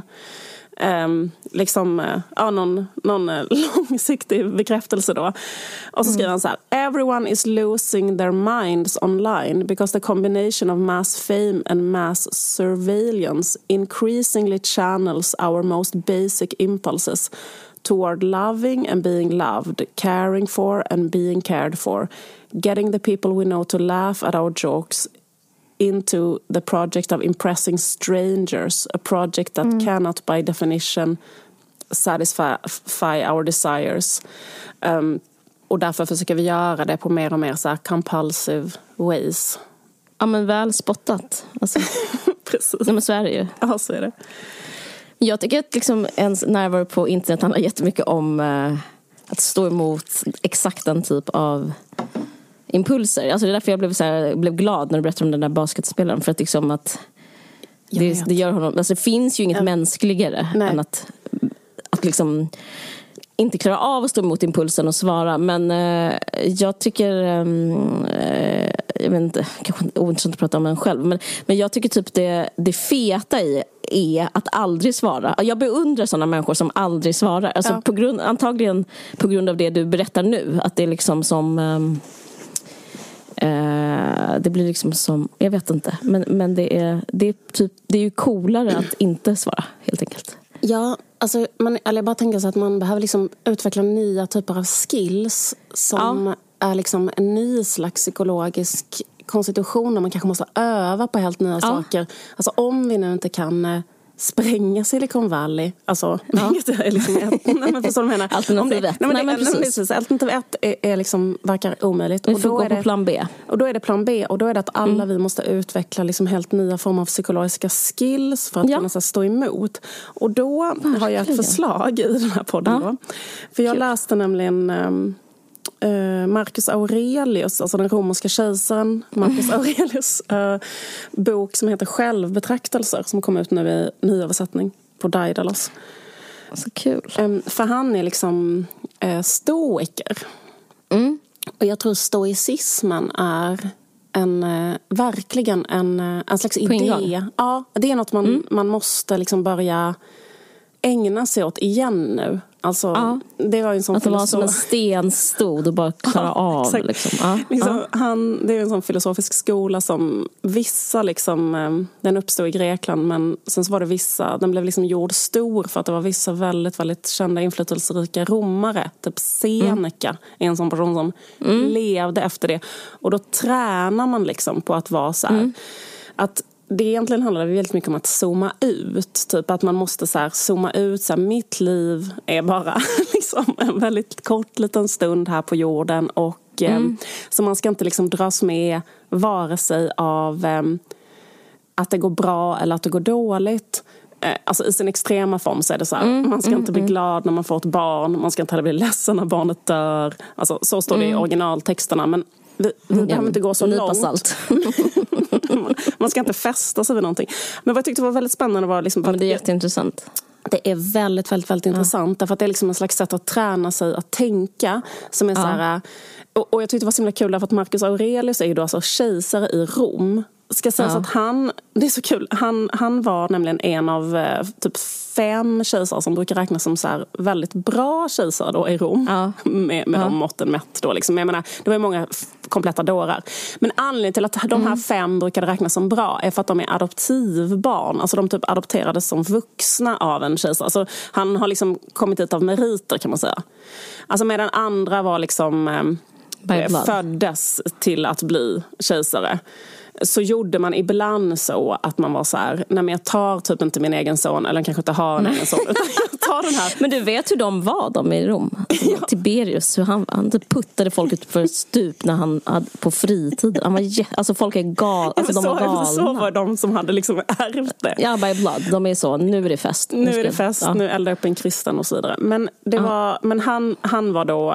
någon långsiktig bekräftelse då. Och så skriver han så här: everyone is losing their minds online because the combination of mass fame and mass surveillance increasingly channels our most basic impulses toward loving and being loved, caring for and being cared for, getting the people we know to laugh at our jokes into the project of impressing strangers, a project that cannot by definition satisfy our desires. Och därför försöker vi göra det på mer och mer så här compulsive ways. Ja, men väl spottat. Alltså. Precis. Ja, men så är det ju. Ja, så är det. Jag tycker att liksom ens närvaro på internet handlar jättemycket om att stå emot exakt den typ av impulser. Alltså det är därför jag blev glad när du berättade om den där basketspelaren. För att liksom att det gör honom... Alltså det finns ju inget mänskligare än att liksom inte klara av att stå emot impulsen och svara. Men jag tycker... jag vet inte, kanske ointressant att prata om en själv. Men jag tycker typ det feta i är att aldrig svara. Jag beundrar sådana människor som aldrig svarar. Alltså antagligen på grund av det du berättar nu. Att det är liksom som... det blir liksom som... Jag vet inte. Men det är ju coolare att inte svara, helt enkelt. Ja, alltså jag bara tänker så att man behöver liksom utveckla nya typer av skills som är liksom en ny slags psykologisk konstitution, och man kanske måste öva på helt nya saker. Alltså om vi nu inte kan spränga Silicon Valley, alltså är liksom alternativ 1. Alternativ 1 är liksom, verkar omöjligt, och då är det plan B. Och då är det plan B, och då är det att alla vi måste utveckla liksom helt nya former av psykologiska skills för att kunna stå emot. Och då har jag ett förslag i den här podden då. För jag läste nämligen Marcus Aurelius, alltså den romerska kejsaren Marcus Aurelius bok som heter Självbetraktelser, som kom ut nu i nyöversättning på Daidalos. Så kul. För han är liksom stoiker. Och jag tror stoicismen är verkligen en slags idé. Ja, det är något man måste liksom börja ägna sig åt igen nu. Alltså, det var en sån att det var som en sten stod och bara klara av. Det är en sån filosofisk skola som vissa liksom, den uppstod i Grekland, men sen så var det vissa, den blev liksom gjord stor för att det var vissa väldigt, väldigt kända inflytelserika romare, typ Seneca, en sån person som levde efter det. Och då tränar man liksom på att vara så här, att det egentligen handlar väldigt mycket om att zooma ut. Typ att man måste så här zooma ut. Så här, mitt liv är bara liksom en väldigt kort liten stund här på jorden. Och, så man ska inte liksom dras med vare sig av att det går bra eller att det går dåligt. Alltså i sin extrema form så är det så här. Man ska inte bli glad när man får ett barn. Man ska inte heller bli ledsen när barnet dör. Alltså, så står det i originaltexterna. Men vi behöver inte gå så långt. Salt. Man ska inte fästa sig vid någonting. Men vad jag tyckte var väldigt spännande var liksom... Men det är jätteintressant. Det är väldigt, väldigt, väldigt intressant. Därför att det är liksom en slags sätt att träna sig att tänka. Som är så här... Och jag tyckte det var så himla kul därför att Marcus Aurelius är ju då alltså kejsare i Rom. Ska säga så att det är så kul, han var nämligen en av typ 5 kejsare som brukar räknas som så här väldigt bra kejsare då i Rom, med de måtten mätt då liksom. Jag menar, det var ju många kompletta dårar. Men anledningen till att de här 5 brukade räknas som bra är för att de är adoptivbarn, alltså de typ adopterades som vuxna av en kejsare. Alltså han har liksom kommit hit av meriter, kan man säga. Alltså medan andra var liksom föddes till att bli kejsare, så gjorde man ibland så att man var så här: nej, men jag tar typ inte min egen son, eller kanske inte har en egen son, utan jag tar den här. Men du vet hur de var, de i Rom? Alltså, Tiberius, hur han puttade folk ut för stup när han på fritiden. Han var alltså folk är galna. Alltså, de var galna. Så var de som hade liksom ärvt det. Ja, by blood. De är så, nu är det fest. Nu är det fest, nu eldar upp en kristen och så vidare. Men det var, men han var då...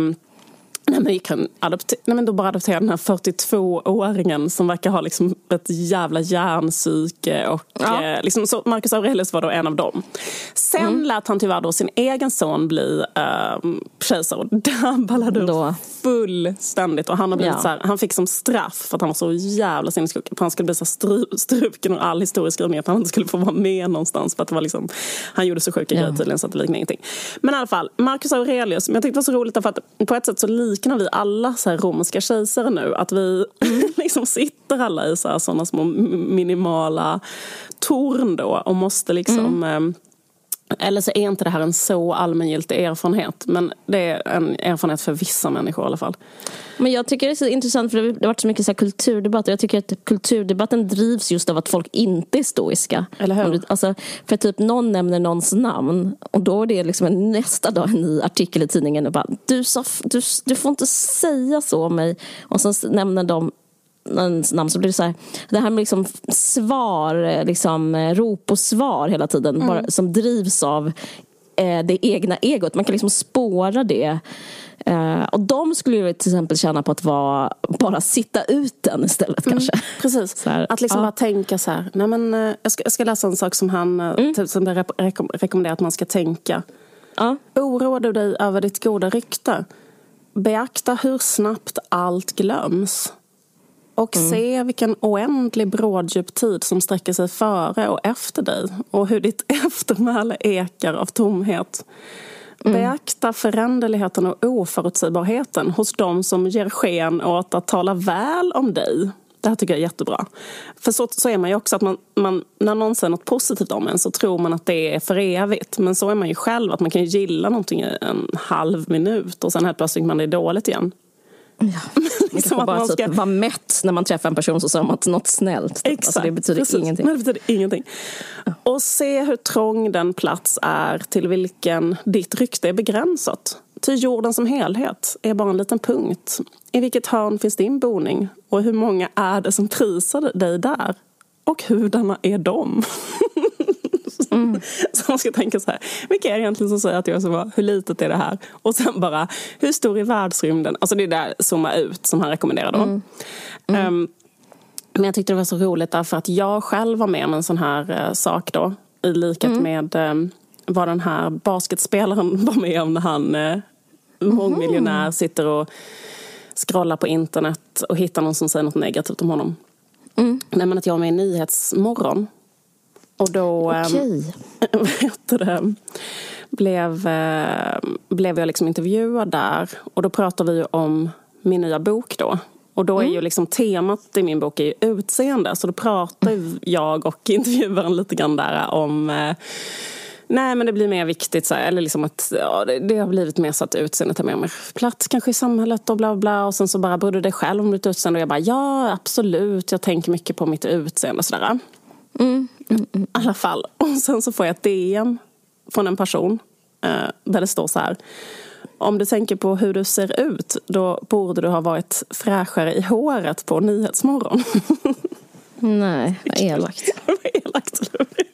då bara adopterade den här 42-åringen som verkar ha liksom ett jävla hjärnpsyke och liksom, så Marcus Aurelius var då en av dem. Sen lät han tyvärr då sin egen son bli kejsare, och där ballade upp fullständigt, och han har blivit så här, han fick som straff för att han var så jävla sinnessjuk att han skulle bli så struken ur all historieskrivning, att han inte skulle få vara med någonstans, för att det var liksom, han gjorde så sjuka grejer tydligen så att det liknade ingenting. Men i alla fall, Marcus Aurelius, men jag tyckte det var så roligt för att på ett sätt så liknar vi alla så här romerska kejsare nu, att vi liksom sitter alla i sådana små minimala torn då, och måste liksom eller så är inte det här en så allmängiltig erfarenhet, men det är en erfarenhet för vissa människor i alla fall. Men jag tycker det är så intressant, för det har varit så mycket så här kulturdebatt, och jag tycker att kulturdebatten drivs just av att folk inte är stoiska. Eller hur? Alltså, för typ någon nämner någons namn, och då är det liksom nästa dag en ny artikel i tidningen och bara, du får inte säga så om mig, och så nämner de namn så blir det så här, det här med liksom svar, liksom rop och svar hela tiden, bara, som drivs av det egna egot. Man kan liksom spåra det. Och de skulle ju till exempel känna på att bara sitta ut den istället kanske. Precis. Här, att liksom bara tänka så här, nej men jag ska läsa en sak som han typ, som det rekommenderar att man ska tänka. Oroar du dig över ditt goda rykte? Beakta hur snabbt allt glöms. Och se vilken oändlig bråddjup tid som sträcker sig före och efter dig. Och hur ditt eftermäle ekar av tomhet. Beakta föränderligheten och oförutsägbarheten hos de som ger sken åt att tala väl om dig. Det här tycker jag är jättebra. För så är man ju också att man när någon säger något positivt om en så tror man att det är för evigt. Men så är man ju själv, att man kan gilla någonting i en halv minut och sen helt plötsligt man är dåligt igen. Ja, liksom man bara typ vara mätt när man träffar en person så säger man något snällt. Exakt, alltså det betyder ingenting. Nej, det betyder ingenting. Och se hur trång den plats är till vilken ditt rykte är begränsat. Ty jorden som helhet är bara en liten punkt. I vilket hörn finns din boning? Och hur många är det som prisar dig där? Och hurdana är de? Så man ska tänka så här, vilka är det egentligen som säger att jag är så bra? Hur litet är det här? Och sen bara, hur stor är världsrymden? Alltså det är där zooma ut som han rekommenderar då. Men jag tyckte det var så roligt därför att jag själv var med om en sån här sak då. I likhet med vad den här basketspelaren var med om när han mångmiljonär sitter och scrollar på internet och hittar någon som säger något negativt om honom. Nej, men att jag var med i Nyhetsmorgon. Och då blev jag liksom intervjuad där. Och då pratade vi om min nya bok då. Och då är ju liksom temat i min bok är ju utseende. Så då pratar jag och intervjuaren lite grann där om... nej, men det blir mer viktigt så här, eller liksom att det har blivit mer så att utseendet tar mer plats kanske i samhället och bla bla. Och sen så bara borde det själv om ditt utseende. Och jag bara, ja absolut, jag tänker mycket på mitt utseende och sådär. I alla fall. Och sen så får jag ett DM från en person där det står så här: om du tänker på hur du ser ut, då borde du ha varit fräschare i håret på Nyhetsmorgon. Nej, vad elakt. Vad elakt.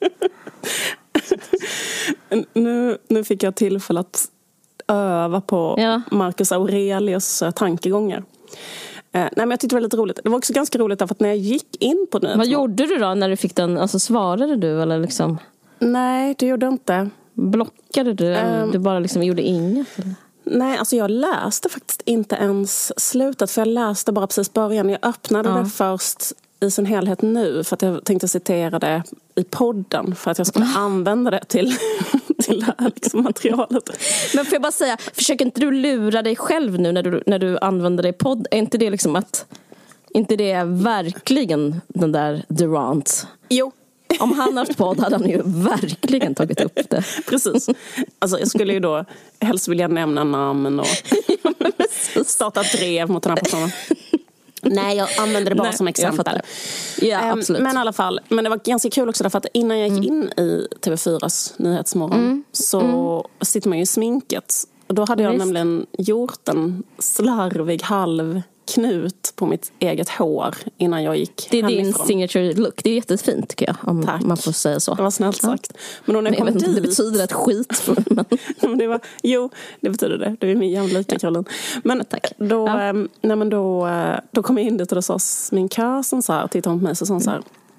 Nu fick jag tillfälle att öva på Marcus Aurelius tankegångar. Nej, men jag tyckte det var lite roligt. Det var också ganska roligt därför att när jag gick in på Nyhetsmorgon... Vad gjorde du då när du fick den? Alltså svarade du eller liksom? Nej, det gjorde jag inte. Blockade du? Eller du bara liksom gjorde inget? Eller? Nej, alltså jag läste faktiskt inte ens slutet. För jag läste bara precis början. Jag öppnade det först i sin helhet nu. För att jag tänkte citera det i podden. För att jag skulle använda det till det här liksom materialet. Men får jag bara säga, försöker inte du lura dig själv nu när du använder det i podd? Är inte det liksom att... inte det är verkligen den där Durant? Jo. Om han haft podd hade han ju verkligen tagit upp det. Precis. Alltså jag skulle ju då helst vilja nämna namn och starta drev mot den här personen. Nej, jag använder det bara som exempel. Ja, absolut. Men i alla fall, men det var ganska kul också därför att innan jag gick in i TV4s Nyhetsmorgon så sitter man ju i sminket. Och då hade jag nämligen gjort en slarvig halvknut på mitt eget hår innan jag gick Det är hemifrån. din signature look. Det är jättefint tycker jag, om man får säga så. Det var snällt sagt. Men när jag vet inte om det betyder ett skit för men... men det betyder det. Det är min jävla lika Caroline. Men tack. Då kom jag in dit och då sa sminkösen så här, tittade hon på mig så sa hon så här: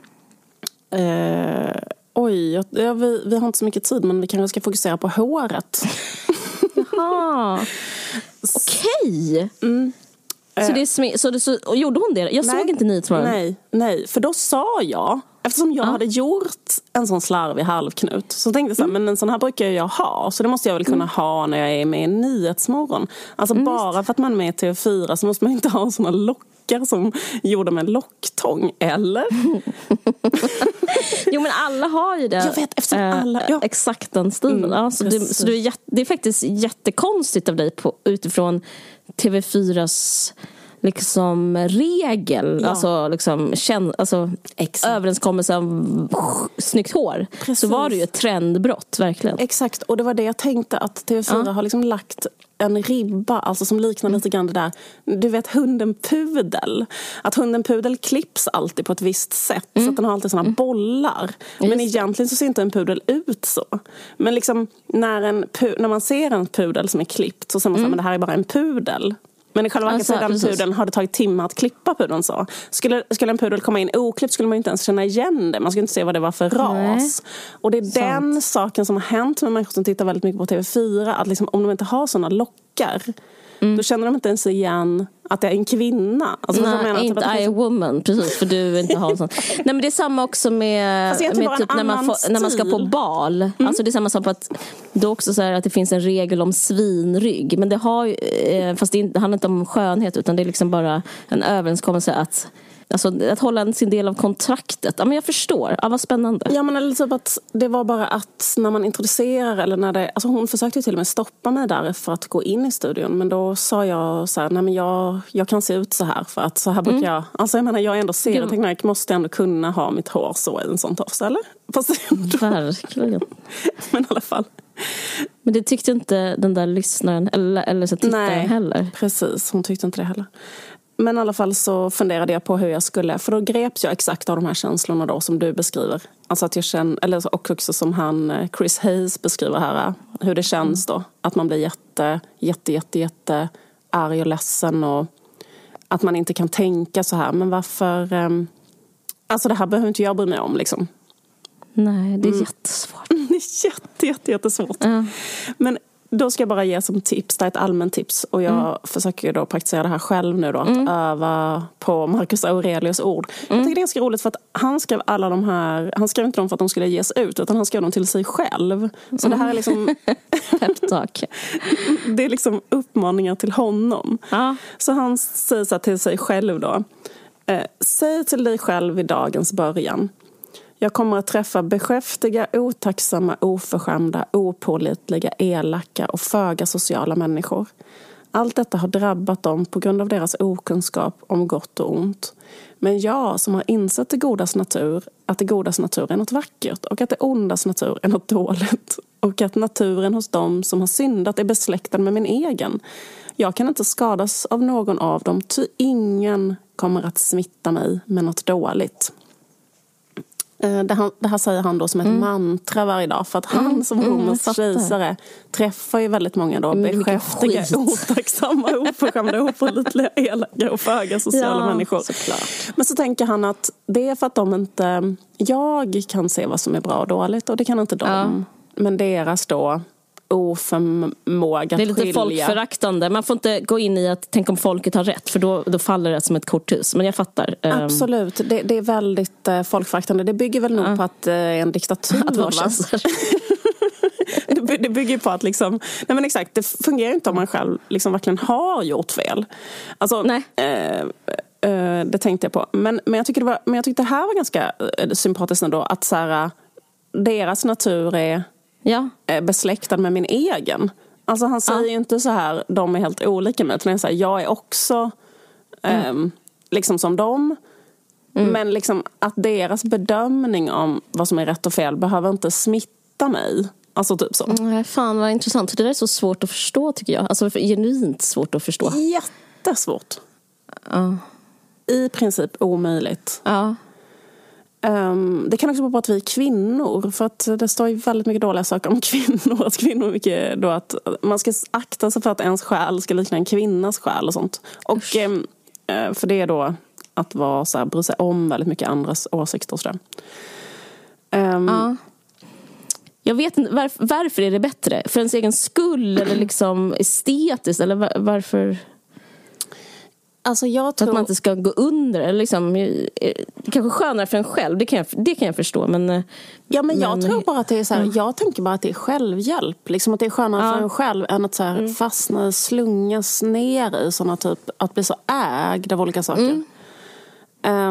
oj, vi har inte så mycket tid men vi kanske ska fokusera på håret. Jaha. Okej. Så gjorde hon det? Jag såg inte Nyhetsmorgon. Nej, för då sa jag, eftersom jag hade gjort en sån slarvig halvknut, så tänkte jag så här, men en sån här brukar jag ha, så det måste jag väl kunna ha när jag är med i Nyhetsmorgon. Alltså bara för att man är med i TV4 så måste man inte ha såna lockar som gjorda med locktång, eller? Jo, men alla har ju det. Jag vet, eftersom alla... Ja. Exakt den stilen. Så det är faktiskt jättekonstigt av dig utifrån TV4s liksom regel, alltså liksom överenskommelse om snyggt hår. Precis. Så var det ju ett trendbrott, verkligen. Exakt, och det var det jag tänkte, att TV4 har liksom lagt en ribba, alltså som liknar lite grann det där, du vet, hunden Pudel. Att hunden Pudel klipps alltid på ett visst sätt, så att den har alltid såna bollar. Men egentligen så ser inte en pudel ut så. Men liksom när man ser en pudel som är klippt, så säger man så här, men det här är bara en pudel. Men i själva verket så är den pudeln, har det tagit timmar att klippa pudeln så. Skulle en pudel komma in oklippt skulle man inte ens känna igen det. Man skulle inte se vad det var för ras. Och det är den saken som har hänt med människor som tittar väldigt mycket på TV4. Att liksom, om de inte har såna lockar, då känner de inte ens igen att det är en kvinna. Alltså, nej, inte I a woman, precis, för du inte har en sån. Nej, men det är samma också med typ när man ska på bal. Alltså det är samma sak på att då också så här att det finns en regel om svinrygg, men det har ju, fast det handlar inte om skönhet, utan det är liksom bara en överenskommelse att hålla sin del av kontraktet. Ja, men jag förstår. Ja, vad spännande. Ja, men alltså att det var bara att när man introducerar, eller när det, alltså hon försökte till och med stoppa mig där för att gå in i studion, men då sa jag så här, nej men jag kan se ut så här, för att så här brukar jag, alltså jag menar, jag är ändå serieteknik, måste ändå kunna ha mitt hår så i en sån tofs, eller? Verkligen. Men i alla fall. Men det tyckte inte den där lyssnaren eller så tittaren heller. Nej, precis. Hon tyckte inte det heller. Men i alla fall så funderade jag på hur jag skulle, för då greps jag exakt av de här känslorna då som du beskriver. Alltså att jag känner, eller också som han Chris Hayes beskriver här, hur det känns då. Att man blir jätte arg och ledsen, och att man inte kan tänka så här. Men varför, alltså det här behöver inte jag bry mig om liksom. Nej, det är jättesvårt. Det är jättesvårt. Men då ska jag bara ge som tips, det är ett allmänt tips, och jag försöker då praktisera det här själv nu då, att öva på Marcus Aurelius ord. Jag tycker det är ganska roligt, för att han skrev alla de här, han skrev inte dem för att de skulle ges ut, utan han skrev dem till sig själv. Så det här är liksom det är liksom uppmaningar till honom. Så han säger så här till sig själv då: säg till dig själv i dagens början: jag kommer att träffa beskäftiga, otacksamma, oförskämda, opålitliga, elaka och föga sociala människor. Allt detta har drabbat dem på grund av deras okunskap om gott och ont. Men jag som har insett det godas natur, att det godas natur är något vackert, och att det ondas natur är något dåligt, och att naturen hos dem som har syndat är besläktad med min egen. Jag kan inte skadas av någon av dem, ty ingen kommer att smitta mig med något dåligt. Det här säger han då som ett mantra varje dag, för att han som romersk kejsare träffar ju väldigt många då beskäftiga, otacksamma, oförskämda, opålitliga, elaka och föga sociala människor. Såklart. Men så tänker han att det är för att de inte, jag kan se vad som är bra och dåligt, och det kan inte de, men deras då oförmåga. Det är lite folkföraktande. Man får inte gå in i att tänka om folket har rätt, för då faller det som ett korthus. Men jag fattar. Absolut. Det är väldigt folkföraktande. Det bygger väl nog på att det är en diktatur. Det bygger på att liksom, nej men exakt, det fungerar inte om man själv liksom verkligen har gjort fel. Alltså, det tänkte jag på. Men jag tyckte det här var ganska sympatiskt ändå, att så här, deras natur är besläktad med min egen. Alltså han säger ju inte så här, de är helt olika med, utan han säger, jag är också liksom som dem, men liksom att deras bedömning om vad som är rätt och fel behöver inte smitta mig. Alltså typ så. Fan vad intressant. Det där är så svårt att förstå, tycker jag. Alltså genuint svårt att förstå. Jättesvårt. I princip omöjligt. Det kan också vara på att vi är kvinnor, för att det står ju väldigt mycket dåliga saker om kvinnor, att kvinnor mycket då, att man ska akta sig för att ens själ ska likna en kvinnas själ och sånt. Och för det är då att vara så här, bry sig om väldigt mycket andras åsikter och sådär. Jag vet inte, varför är det bättre? För ens egen skull, eller liksom estetiskt, eller varför? Alltså jag tror att man inte ska gå under, eller liksom, kanske skönare för en själv, det kan jag förstå, men jag tror bara att det är så här, jag tänker bara att det är självhjälp, liksom att det är skönare för en själv än att så här fastna, slungas ner i såna typ, att bli så ägd av olika saker.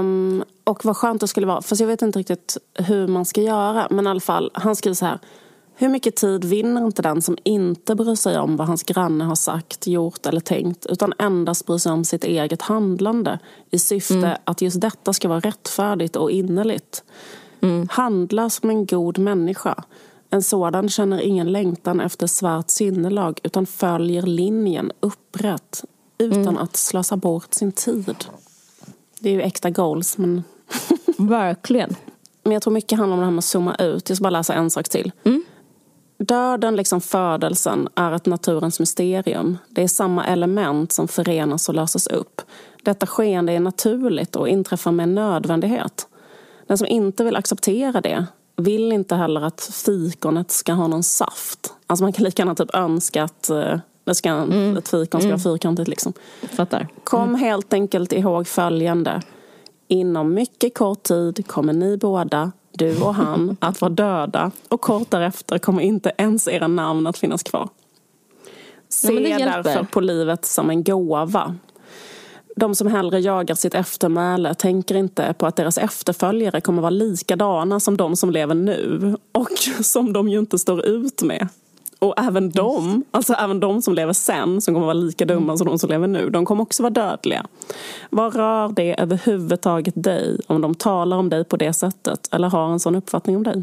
Och vad skönt det skulle vara, för jag vet inte riktigt hur man ska göra, men i alla fall, han skriver så här: Hur mycket tid vinner inte den som inte bryr sig om vad hans granne har sagt, gjort eller tänkt, utan endast bryr sig om sitt eget handlande i syfte att just detta ska vara rättfärdigt och innerligt. Handla som en god människa. En sådan känner ingen längtan efter svart sinnelag utan följer linjen upprätt utan att slösa bort sin tid. Det är ju äkta goals, men... Verkligen. Men jag tror mycket handlar om det här med att zooma ut. Jag ska bara läsa en sak till. Döden, liksom födelsen, är ett naturens mysterium. Det är samma element som förenas och löses upp. Detta skeende är naturligt och inträffar med nödvändighet. Den som inte vill acceptera det vill inte heller att fikonet ska ha någon saft. Alltså man kan lika gärna typ önska att ett fikon ska vara fyrkantigt liksom. Fattar. Kom helt enkelt ihåg följande. Inom mycket kort tid kommer ni båda, du och han, att vara döda. Och kort därefter kommer inte ens era namn att finnas kvar. Se därför på livet som en gåva. De som hellre jagar sitt eftermäle tänker inte på att deras efterföljare kommer vara likadana som de som lever nu. Och som de ju inte står ut med. Och även de som lever sen, som kommer vara lika dumma som de som lever nu, de kommer också vara dödliga. Vad rör det överhuvudtaget dig om de talar om dig på det sättet eller har en sån uppfattning om dig?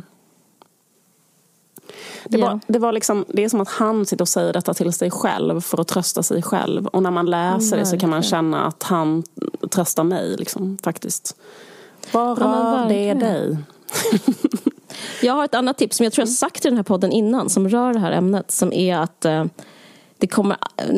Det är som att han sitter och säger detta till sig själv för att trösta sig själv. Och när man läser det så kan man känna att han tröstar mig liksom, faktiskt. Vad rör det dig? Jag har ett annat tips som jag tror jag sagt i den här podden innan som rör det här ämnet, som är att det kommer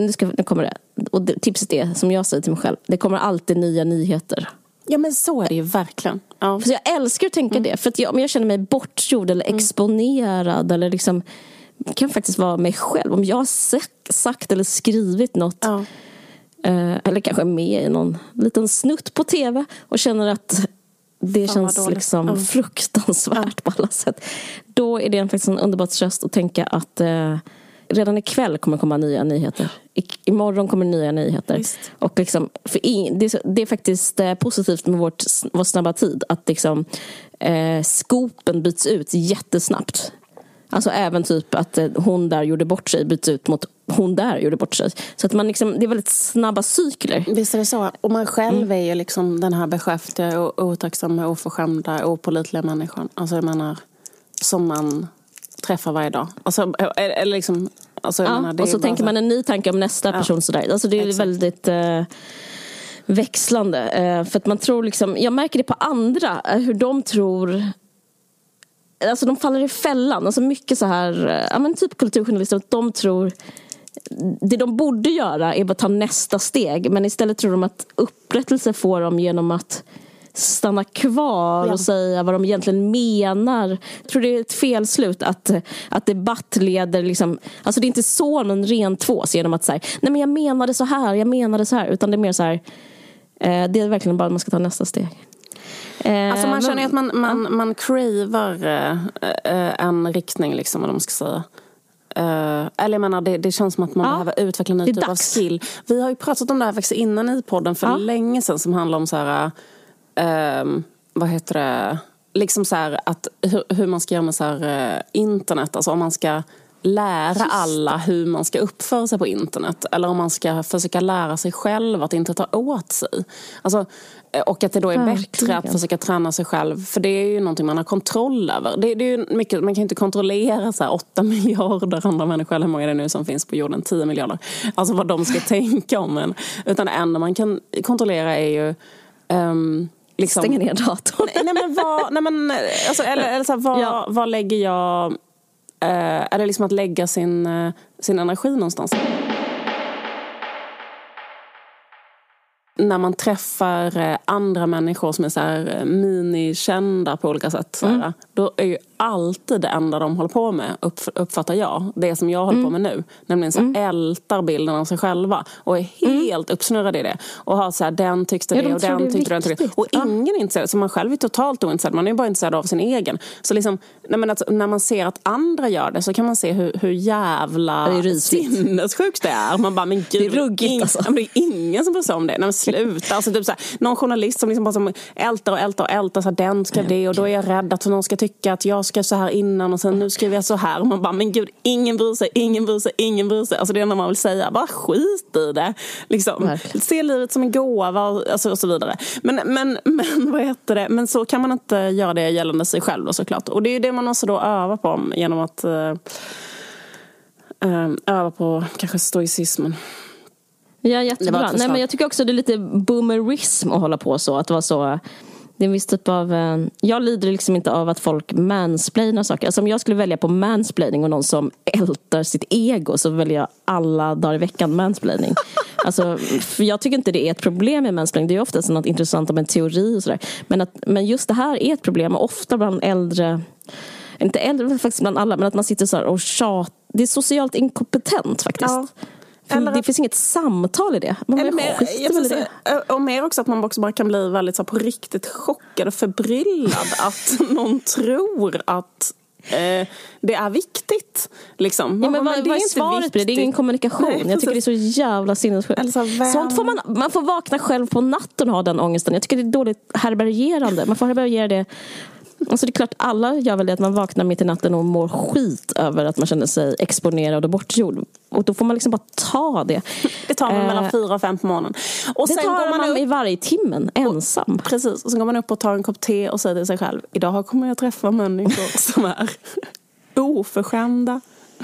och tipset är, som jag säger till mig själv, det kommer alltid nya nyheter. Ja, men så är det ju verkligen. Ja. För jag älskar att tänka det, för att om jag känner mig bortgjord eller exponerad eller liksom, kan faktiskt vara mig själv. Om jag har sagt eller skrivit något eller kanske med i någon liten snutt på tv och känner att det känns liksom fruktansvärt på alla sätt. Då är det faktiskt en underbar tröst att tänka att redan ikväll kommer komma nya nyheter. Imorgon kommer nya nyheter. Visst. Och liksom, för det är faktiskt positivt med vår snabba tid att liksom, skopen byts ut jättesnabbt. Alltså även typ att hon där gjorde bort sig byts ut mot hon där gjorde bort sig. Så att man liksom, det är väldigt snabba cykler. Visst är det så. Och man själv är ju liksom den här beskäftiga och otacksamma, oförskämda, opålitliga människan. Alltså jag menar, som man träffar varje dag. Alltså, eller liksom, alltså, jag menar, det och så tänker man en ny tanke om nästa person sådär. Alltså det är väldigt växlande. För att man tror liksom, jag märker det på andra, hur de tror. Alltså de faller i fällan. Alltså mycket så här, men typ kulturjournalister, att de tror det de borde göra är att ta nästa steg, men istället tror de att upprättelse får dem genom att stanna kvar och säga vad de egentligen menar. Jag tror det är ett felslut att debatt leder liksom, alltså det är inte så man rent tvås genom att säga nej men jag menade så här, utan det är mer så här, det är verkligen bara att man ska ta nästa steg. Alltså man känner att man cravar en riktning liksom, vad de ska säga. Eller jag menar, det känns som att man behöver utveckla en ny typ av skill. Vi har ju pratat om det här faktiskt innan i podden för länge sedan, som handlar om så här, vad heter det, liksom så här att hur man ska göra med så här, internet, alltså om man ska lära alla hur man ska uppföra sig på internet, eller om man ska försöka lära sig själv att inte ta åt sig. Alltså, och att det då är bättre att försöka träna sig själv, för det är ju någonting man har kontroll över. Det är ju mycket, man kan inte kontrollera så här 8 miljarder andra människor, eller hur många det nu som finns på jorden, 10 miljarder. Alltså vad de ska tänka om en. Utan det enda man kan kontrollera är ju liksom, stänga ner datorn. Vad lägger jag, är det liksom att lägga sin energi någonstans? När man träffar andra människor som är så här minikända på olika sätt, så här, då är ju alltid det enda de håller på med, uppfattar jag, det som jag håller på med nu, nämligen så här, ältar bilden av sig själva och är helt uppsnurrade i det och har så här, den tyckte det och den tyckte det och ingen är intresserad, så man själv är totalt ointresserad, man är bara intresserad av sin egen. Så liksom, när man ser att andra gör det, så kan man se hur jävla sinnessjukt det är. Man bara, men gud, det är ruggigt alltså. Det är ingen som bryr sig om det. Sluta. Alltså typ så här, någon journalist som liksom bara ältar så här, den ska det, och då är jag rädd att någon ska tycka att jag jag skrev så här innan och sen nu skriver jag så här. Och man bara, men gud, ingen bryr sig. Alltså det enda man vill säga, bara skit i det. Liksom. Se livet som en gåva alltså, och så vidare. Men vad heter det? Men så kan man inte göra det gällande sig själv då, såklart. Och det är det man måste då öva på genom att öva på kanske stoicismen. Ja, jättebra. Nej, men jag tycker också det är lite boomerism att hålla på så. Att vara så... Det är en viss typ av... Jag lider liksom inte av att folk mansplainar saker. Alltså om jag skulle välja på mansplaining och någon som ältar sitt ego, så väljer jag alla dagar i veckan mansplaining. Alltså, för jag tycker inte det är ett problem med mansplaining. Det är oftast något intressant om en teori och sådär. Men just det här är ett problem. Och ofta bland äldre... Inte äldre, men faktiskt bland alla. Men att man sitter så här och det är socialt inkompetent faktiskt. Ja. Det finns inget samtal i det. Och mer också att man också bara kan bli väldigt så här, på riktigt chockad och förbryllad att någon tror att det är viktigt. Liksom. Ja, men vad är svaret på det? Det är ingen kommunikation. Nej, jag tycker det är så jävla sinnessjukt. Sånt får man får vakna själv på natten och ha den ångesten. Jag tycker det är dåligt härbärgerande. Man får härbärgera det. Alltså det är klart, alla gör väl det att man vaknar mitt i natten och mår skit över att man känner sig exponerad och bortgjord. Och då får man liksom bara ta det. Det tar man mellan 4 och 5 på morgonen. Och det sen tar man i varje timmen, ensam. Precis, och sen går man upp och tar en kopp te och säger till sig själv, idag kommer jag träffa människor som är oförskämda,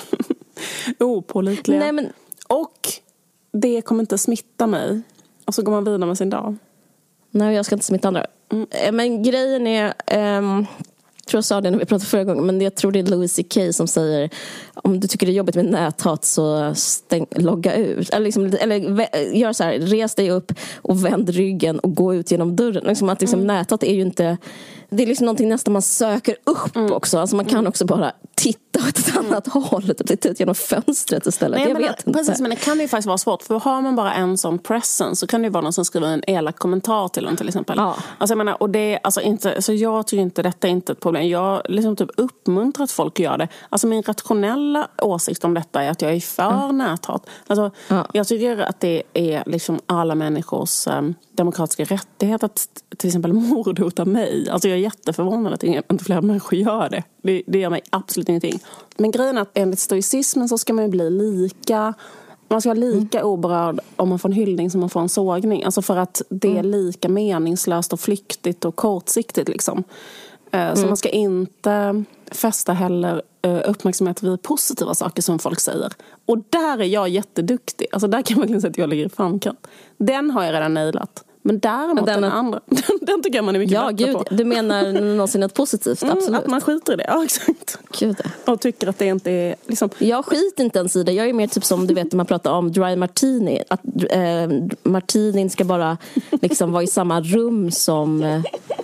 opålitliga. Nej, men... Och det kommer inte smitta mig. Och så går man vidare med sin dag. Nej, jag ska inte smitta andra. Men grejen är, tror jag sa det när vi pratade förra gången, men jag tror det är Louis C.K. som säger, om du tycker det är jobbigt med näthat så logga ut. Eller gör så här, res dig upp och vänd ryggen och gå ut genom dörren. Liksom att näthat är ju inte, det är liksom någonting nästan man söker upp också. Alltså man kan också bara titta åt ett annat håll, titta ut genom fönstret istället. Nej, jag vet inte. Precis, men det kan ju faktiskt vara svårt, för har man bara en sån presence så kan det ju vara någon som skriver en elak kommentar till en till exempel. Ja. Alltså jag menar, och det alltså inte, så jag tycker inte detta är inte ett problem. Jag liksom typ uppmuntrar att folk gör det. Alltså min rationella åsikt om detta är att jag är för näthat. Alltså jag tycker att det är liksom alla människors demokratiska rättighet att till exempel mordhota mig. Alltså jag är jätteförvånad att inte fler människor gör det. Det gör mig absolut ingenting. Men grejen är att enligt stoicismen så ska man ju bli lika... Man ska vara lika oberörd om man får en hyllning som man får en sågning. Alltså för att det är lika meningslöst och flyktigt och kortsiktigt liksom. Så man ska inte fästa heller uppmärksamhet vid positiva saker som folk säger. Och där är jag jätteduktig. Alltså där kan man verkligen säga att jag ligger i framkant. Den har jag redan nailat. Men däremot den andra, den tycker jag man är mycket bättre på. Du menar någonsin något positivt, absolut. Att man skiter i det, ja exakt. Gud. Och tycker att det inte är liksom... Jag skiter inte ens i det. Jag är mer typ som du vet när man pratar om dry martini. Att martinin ska bara liksom vara i samma rum som...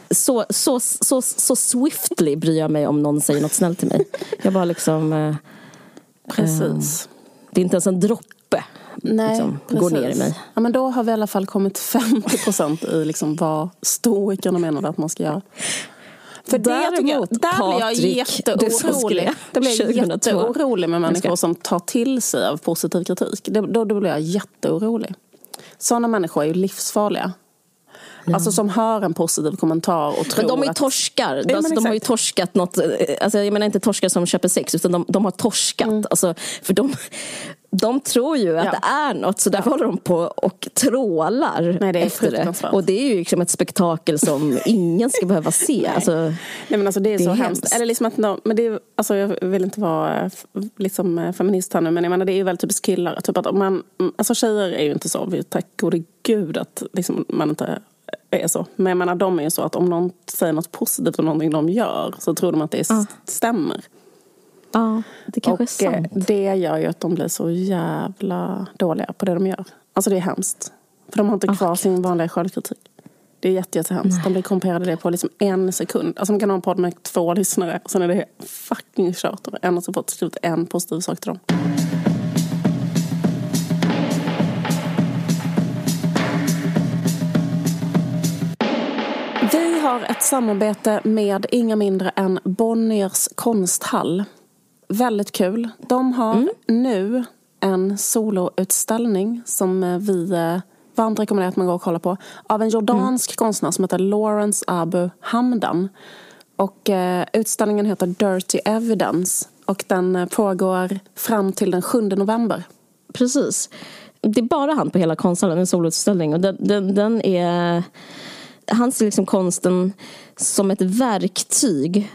Så swiftly bryr jag mig om någon säger något snällt till mig. Jag bara liksom... Precis. Det är inte ens en droppe. Nej, liksom, går ner i mig. Ja, men då har vi i alla fall kommit 50% i liksom vad stoikerna menar att man ska göra. För däremot, där blir jag jätteorolig. Det blir jätteorolig med människor som tar till sig av positiv kritik. Då blir jag jätteorolig. Sådana människor är ju livsfarliga. Alltså som hör en positiv kommentar och tror. Men de är torskar. Ja, alltså, de har ju torskat något. Alltså, jag menar inte torskar som köper sex, utan de har torskat. Alltså, för de tror ju att det är något, så därför håller de på och trålar. Nej, det är efter det. Och det är ju liksom ett spektakel som ingen ska behöva se. Alltså, nej, men alltså det är så hemskt. Eller liksom att men det är, alltså jag vill inte vara liksom feminist här nu, men jag menar det är ju väldigt typiskt killar. Typ att om man, alltså tjejer är ju inte så. Vi tack gode gud att liksom man inte är så. Men jag menar de är ju så att om någon säger något positivt om någonting de gör så tror de att det stämmer. Ja, det kanske är sant. Det gör ju att de blir så jävla dåliga på det de gör. Alltså det är hemskt. För de har inte kvar sin vanliga självkritik. Det är jättehemskt. De blir komperade det på liksom 1 sekund. Alltså de kan ha en podd med 2 lyssnare och sen är det fucking kört. Och en har fått skrivit en positiv sak till dem. Vi har ett samarbete med inga mindre än Bonniers konsthall. Väldigt kul. De har nu en soloutställning som vi varmt rekommenderar att man går och kollar på. Av en jordansk konstnär som heter Lawrence Abu Hamdan. Och utställningen heter Dirty Evidence. Och den pågår fram till den 7 november. Precis. Det är bara han på hela konsthallen, en soloutställning. Och den är... Han ser liksom konsten som ett verktyg.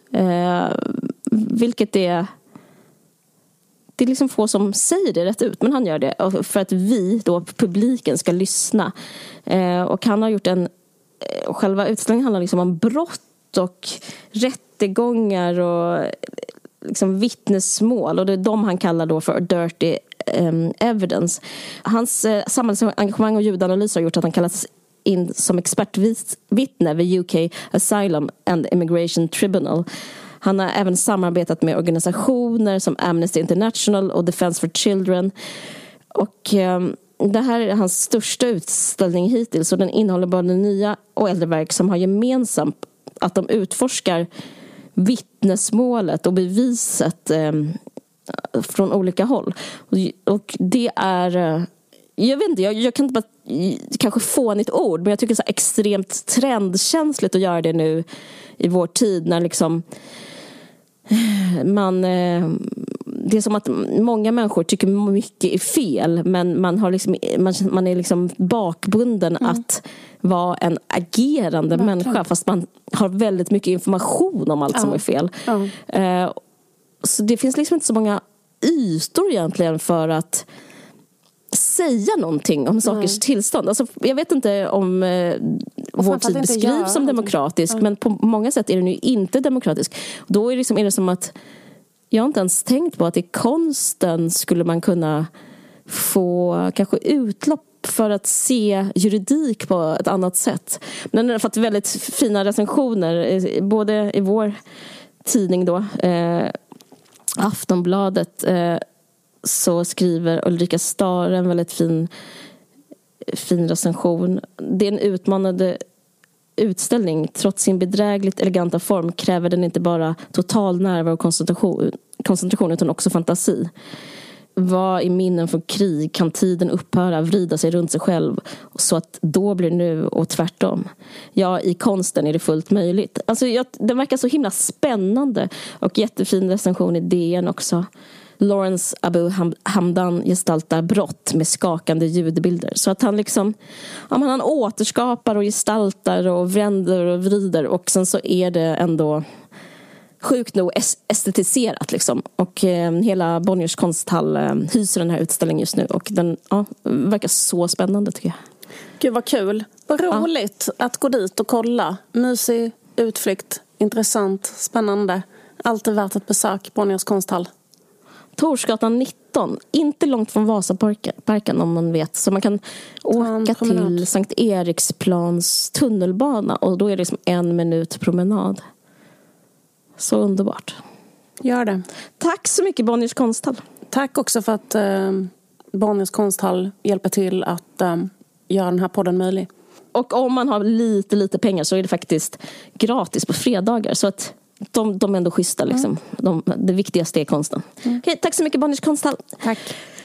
Vilket är... Det är liksom få som säger det rätt ut, men han gör det. För att vi, då, publiken, ska lyssna. Och han har gjort själva utställningen handlar liksom om brott och rättegångar och liksom vittnesmål. Och det är de han kallar då för dirty evidence. Hans samhällsengagemang och ljudanalys har gjort att han kallas in som expertvittne vid UK Asylum and Immigration Tribunal. Han har även samarbetat med organisationer som Amnesty International och Defense for Children. Och det här är hans största utställning hittills, och den innehåller både nya och äldre verk som har gemensamt att de utforskar vittnesmålet och beviset från olika håll. Och det är... Jag vet inte, jag kan inte bara kanske fånigt ord, men jag tycker det är så extremt trendkänsligt att göra det nu i vår tid när liksom det är som att många människor tycker mycket är fel, men man har liksom, man är liksom bakbunden att vara en agerande människa, fast man har väldigt mycket information om allt som är fel. Så det finns liksom inte så många ytor egentligen för att säga någonting om sakers tillstånd. Alltså, jag vet inte om vår tid beskrivs som demokratisk, men på många sätt är den ju inte demokratisk. Då är det som att jag har inte ens tänkt på att i konsten skulle man kunna få kanske utlopp för att se juridik på ett annat sätt. Men den har fått väldigt fina recensioner, både i vår tidning då, Aftonbladet, så skriver Ulrika Starr en väldigt fin recension. Det är en utmanande utställning. Trots sin bedrägligt eleganta form kräver den inte bara total närvaro och koncentration utan också fantasi. Vad i minnen från krig kan tiden upphöra, vrida sig runt sig själv så att då blir nu och tvärtom. Ja, i konsten är det fullt möjligt. Alltså, det verkar så himla spännande, och jättefin recension i DN också. Lawrence Abu Hamdan gestaltar brott med skakande ljudbilder. Så att han liksom, han återskapar och gestaltar och vänder och vrider, och sen så är det ändå sjukt nog estetiserat liksom. Och hela Bonniers konsthall hyser den här utställningen just nu, och den verkar så spännande, tycker jag. Gud vad kul, vad roligt att gå dit och kolla. Mysig utflykt, intressant, spännande. Allt är värt ett besök, Bonniers konsthall. Torsgatan 19, inte långt från Vasaparken om man vet. Så man kan åka till Sankt Eriksplans tunnelbana, och då är det liksom 1 minut promenad. Så underbart. Gör det. Tack så mycket, Bonniers konsthall. Tack också för att Bonniers konsthall hjälper till att göra den här podden möjlig. Och om man har lite pengar så är det faktiskt gratis på fredagar. Så att de är ändå schyssta liksom. Det viktigaste är konsten. Okej, tack så mycket, Bonniers konsthall. Tack.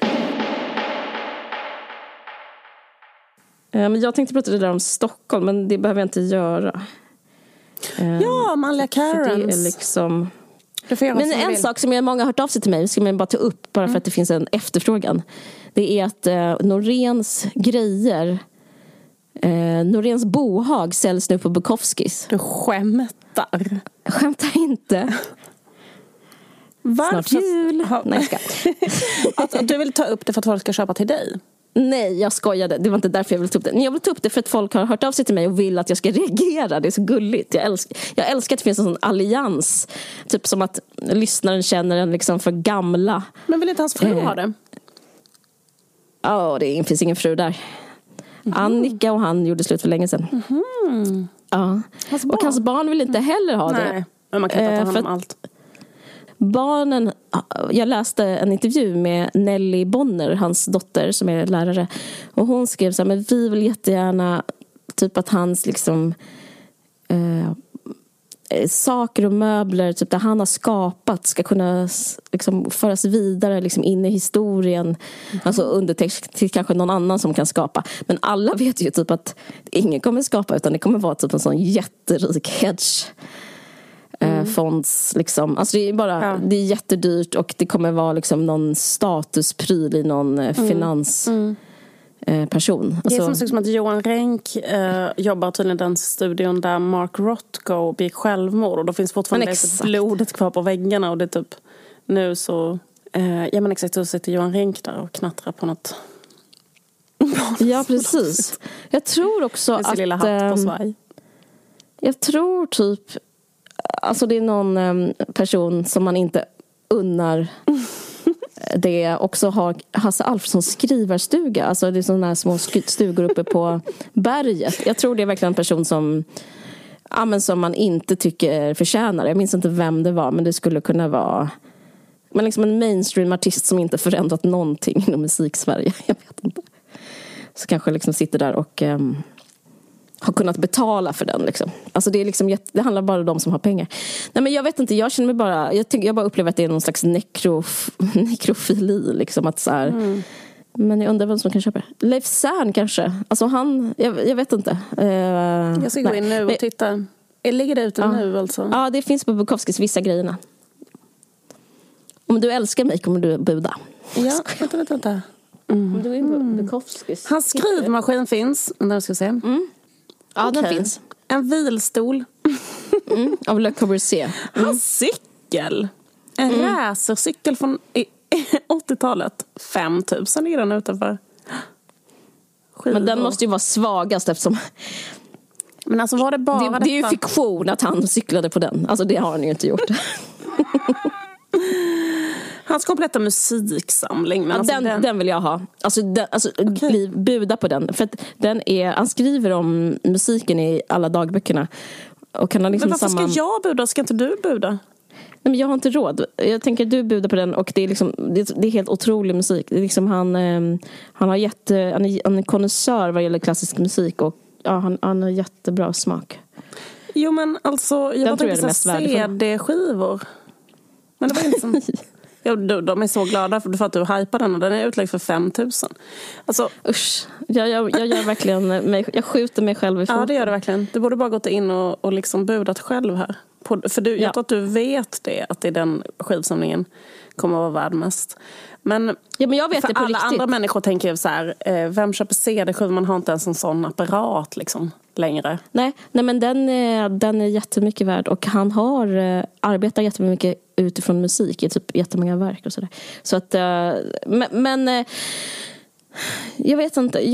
Jag tänkte prata det där om Stockholm, men det behöver jag inte göra. Ja, Manliga Karens. Det är liksom... Men en sak som många har hört av sig till mig, ska man bara ta upp bara för att det finns en efterfrågan. Det är att Noréns grejer, Noréns bohag säljs nu på Bukowskis. Du skämtar. Skämtar inte. Snart jul. Nej, ska. Alltså, du vill ta upp det för att folk ska köpa till dig? Nej, jag skojade. Det var inte därför jag ville ta upp det. Men jag vill ta upp det för att folk har hört av sig till mig och vill att jag ska reagera. Det är så gulligt. Jag älskar att det finns en sån allians. Typ som att lyssnaren känner en liksom för gamla. Men vill inte hans fru ha det? Ja, det finns ingen fru där. Annika och han gjorde slut för länge sedan. Ja. Och hans barn vill inte heller ha det. Nej, men man kan inte ta hand om allt. Barnen, jag läste en intervju med Nelly Bonner, hans dotter som är lärare, och hon skrev så här: men vi vill jättegärna typ att hans liksom saker och möbler typ där han har skapat ska kunna liksom föras vidare liksom in i historien, alltså undertext till kanske någon annan som kan skapa. Men alla vet ju typ att ingen kommer skapa, utan det kommer vara typ en sån jätterik hedge fonds liksom. Alltså det är bara det är jättedyrt och det kommer vara liksom någon statuspryl i någon finans person. Det är som att Johan Renck jobbar tydligen i den studion där Mark Rothko begick självmord och då finns fortfarande blodet kvar på väggarna och det är typ nu så men exakt så sitter Johan Renck där och knattrar på något. Ja, precis. Jag tror också att lilla hatt på svaj. Jag tror typ alltså det är någon person som man inte unnar det också har Hasse Alfredsons skrivarstuga. Alltså det är sådana här små stugor uppe på berget. Jag tror det är verkligen en person som som man inte tycker förtjänar. Jag minns inte vem det var, men det skulle kunna vara liksom en mainstream-artist som inte förändrat någonting inom musik-Sverige. Jag vet inte. Så kanske liksom sitter där och har kunnat betala för den liksom. Alltså det är liksom det handlar bara om de som har pengar. Nej, men jag vet inte, jag känner mig bara jag bara upplever att det är någon slags nekrofili liksom, att så här, men jag undrar vem som kan köpa det. Leif Zern kanske. Alltså han jag vet inte. Jag ska gå in nu och titta. Ligger det ute nu alltså? Ja, det finns på Bukowskis vissa grejerna. Om du älskar mig kommer du buda. Ja, vänta. Om du är på Bukowskis. Hans skrivmaskin finns. Där ska vi se. Ja, den finns. En vilstol. Av Le Corbusier. Hans cykel. En racercykel från 80-talet. 5 000 är den utanför. Men den måste ju vara svagast eftersom... Men alltså var det bara det är ju fiktion att han cyklade på den. Alltså det har han ju inte gjort. Hans kompletta musiksamling. Men alltså den vill jag ha. Alltså buda på den. För att han skriver om musiken i alla dagböckerna. Och kan liksom men varför ska jag buda? Ska inte du buda? Nej, men jag har inte råd. Jag tänker att du budar på den. Och det är liksom det är helt otrolig musik. Det är liksom han är en konnässör vad gäller klassisk musik. Och han har jättebra smak. Jo, men alltså jag tänkte CD-skivor. Men det var inte som... de är så glada för att du hypar den och den är utlägg för 5 000. Alltså, usch, jag gör verkligen jag skjuter mig själv ifrån. Ja, det gör du verkligen. Du borde bara gått in och liksom budat själv här. Jag tror att du vet det, att det är den skivsamlingen kommer att vara värd mest. Men jag vet för det på alla riktigt. andra människor tänker så här, vem köper CD-skivor? Man har inte ens en sån apparat liksom längre. Nej, men den är jättemycket värd och han har arbetat jättemycket utifrån musik i typ jättemånga verk och sådär. Så att men jag vet inte.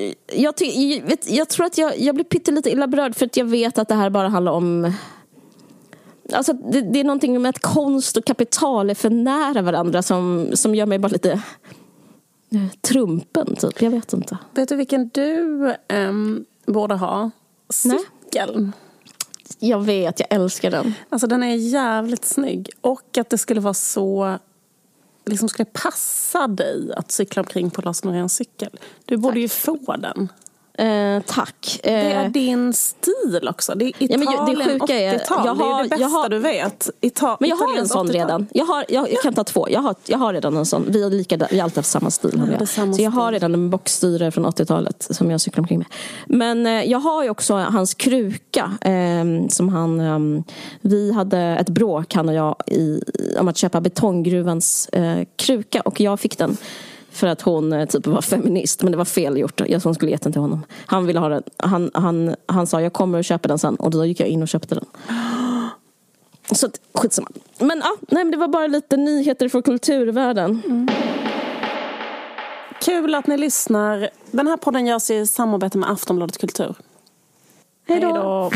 Jag tror att jag blir pyttelite illa berörd för att jag vet att det här bara handlar om... Alltså det är någonting med att konst och kapital är för nära varandra som gör mig bara lite trumpen typ. Jag vet inte. Vet du vilken du borde ha? Cykeln. Jag vet, jag älskar den. Alltså den är jävligt snygg. Och att det skulle vara så... liksom skulle passa dig att cykla omkring på Lars Noréns cykel. Du borde ju få den. Tack. Det är din stil också. Det är Italien, det sjuka är, 80-tal. Det är det bästa du vet. Men jag har en sån 80-tal. Redan. Jag kan ta 2. Jag har redan en sån. Vi har alltid haft samma stil. Så jag har redan en boxstyrare från 80-talet som jag cyklar omkring med. Men jag har ju också hans kruka som vi hade ett bråk, han och jag, om att köpa Betonggruvans kruka, och jag fick den för att hon typ var feminist, men det var fel gjort. Jag skulle ge den till honom. Han ville ha den. Han sa jag kommer att köpa den sen, och då gick jag in och köpte den. Så skitsamma. Men men det var bara lite nyheter från kulturvärlden. Kul att ni lyssnar. Den här podden görs i samarbete med Aftonbladet Kultur. Hej då.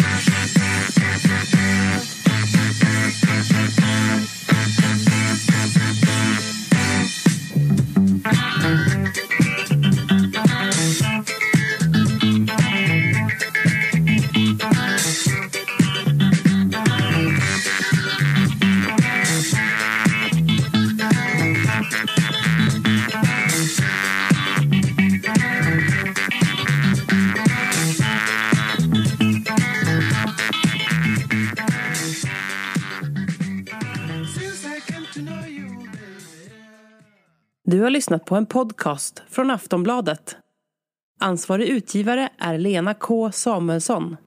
Du har lyssnat på en podcast från Aftonbladet. Ansvarig utgivare är Lena K. Samuelsson.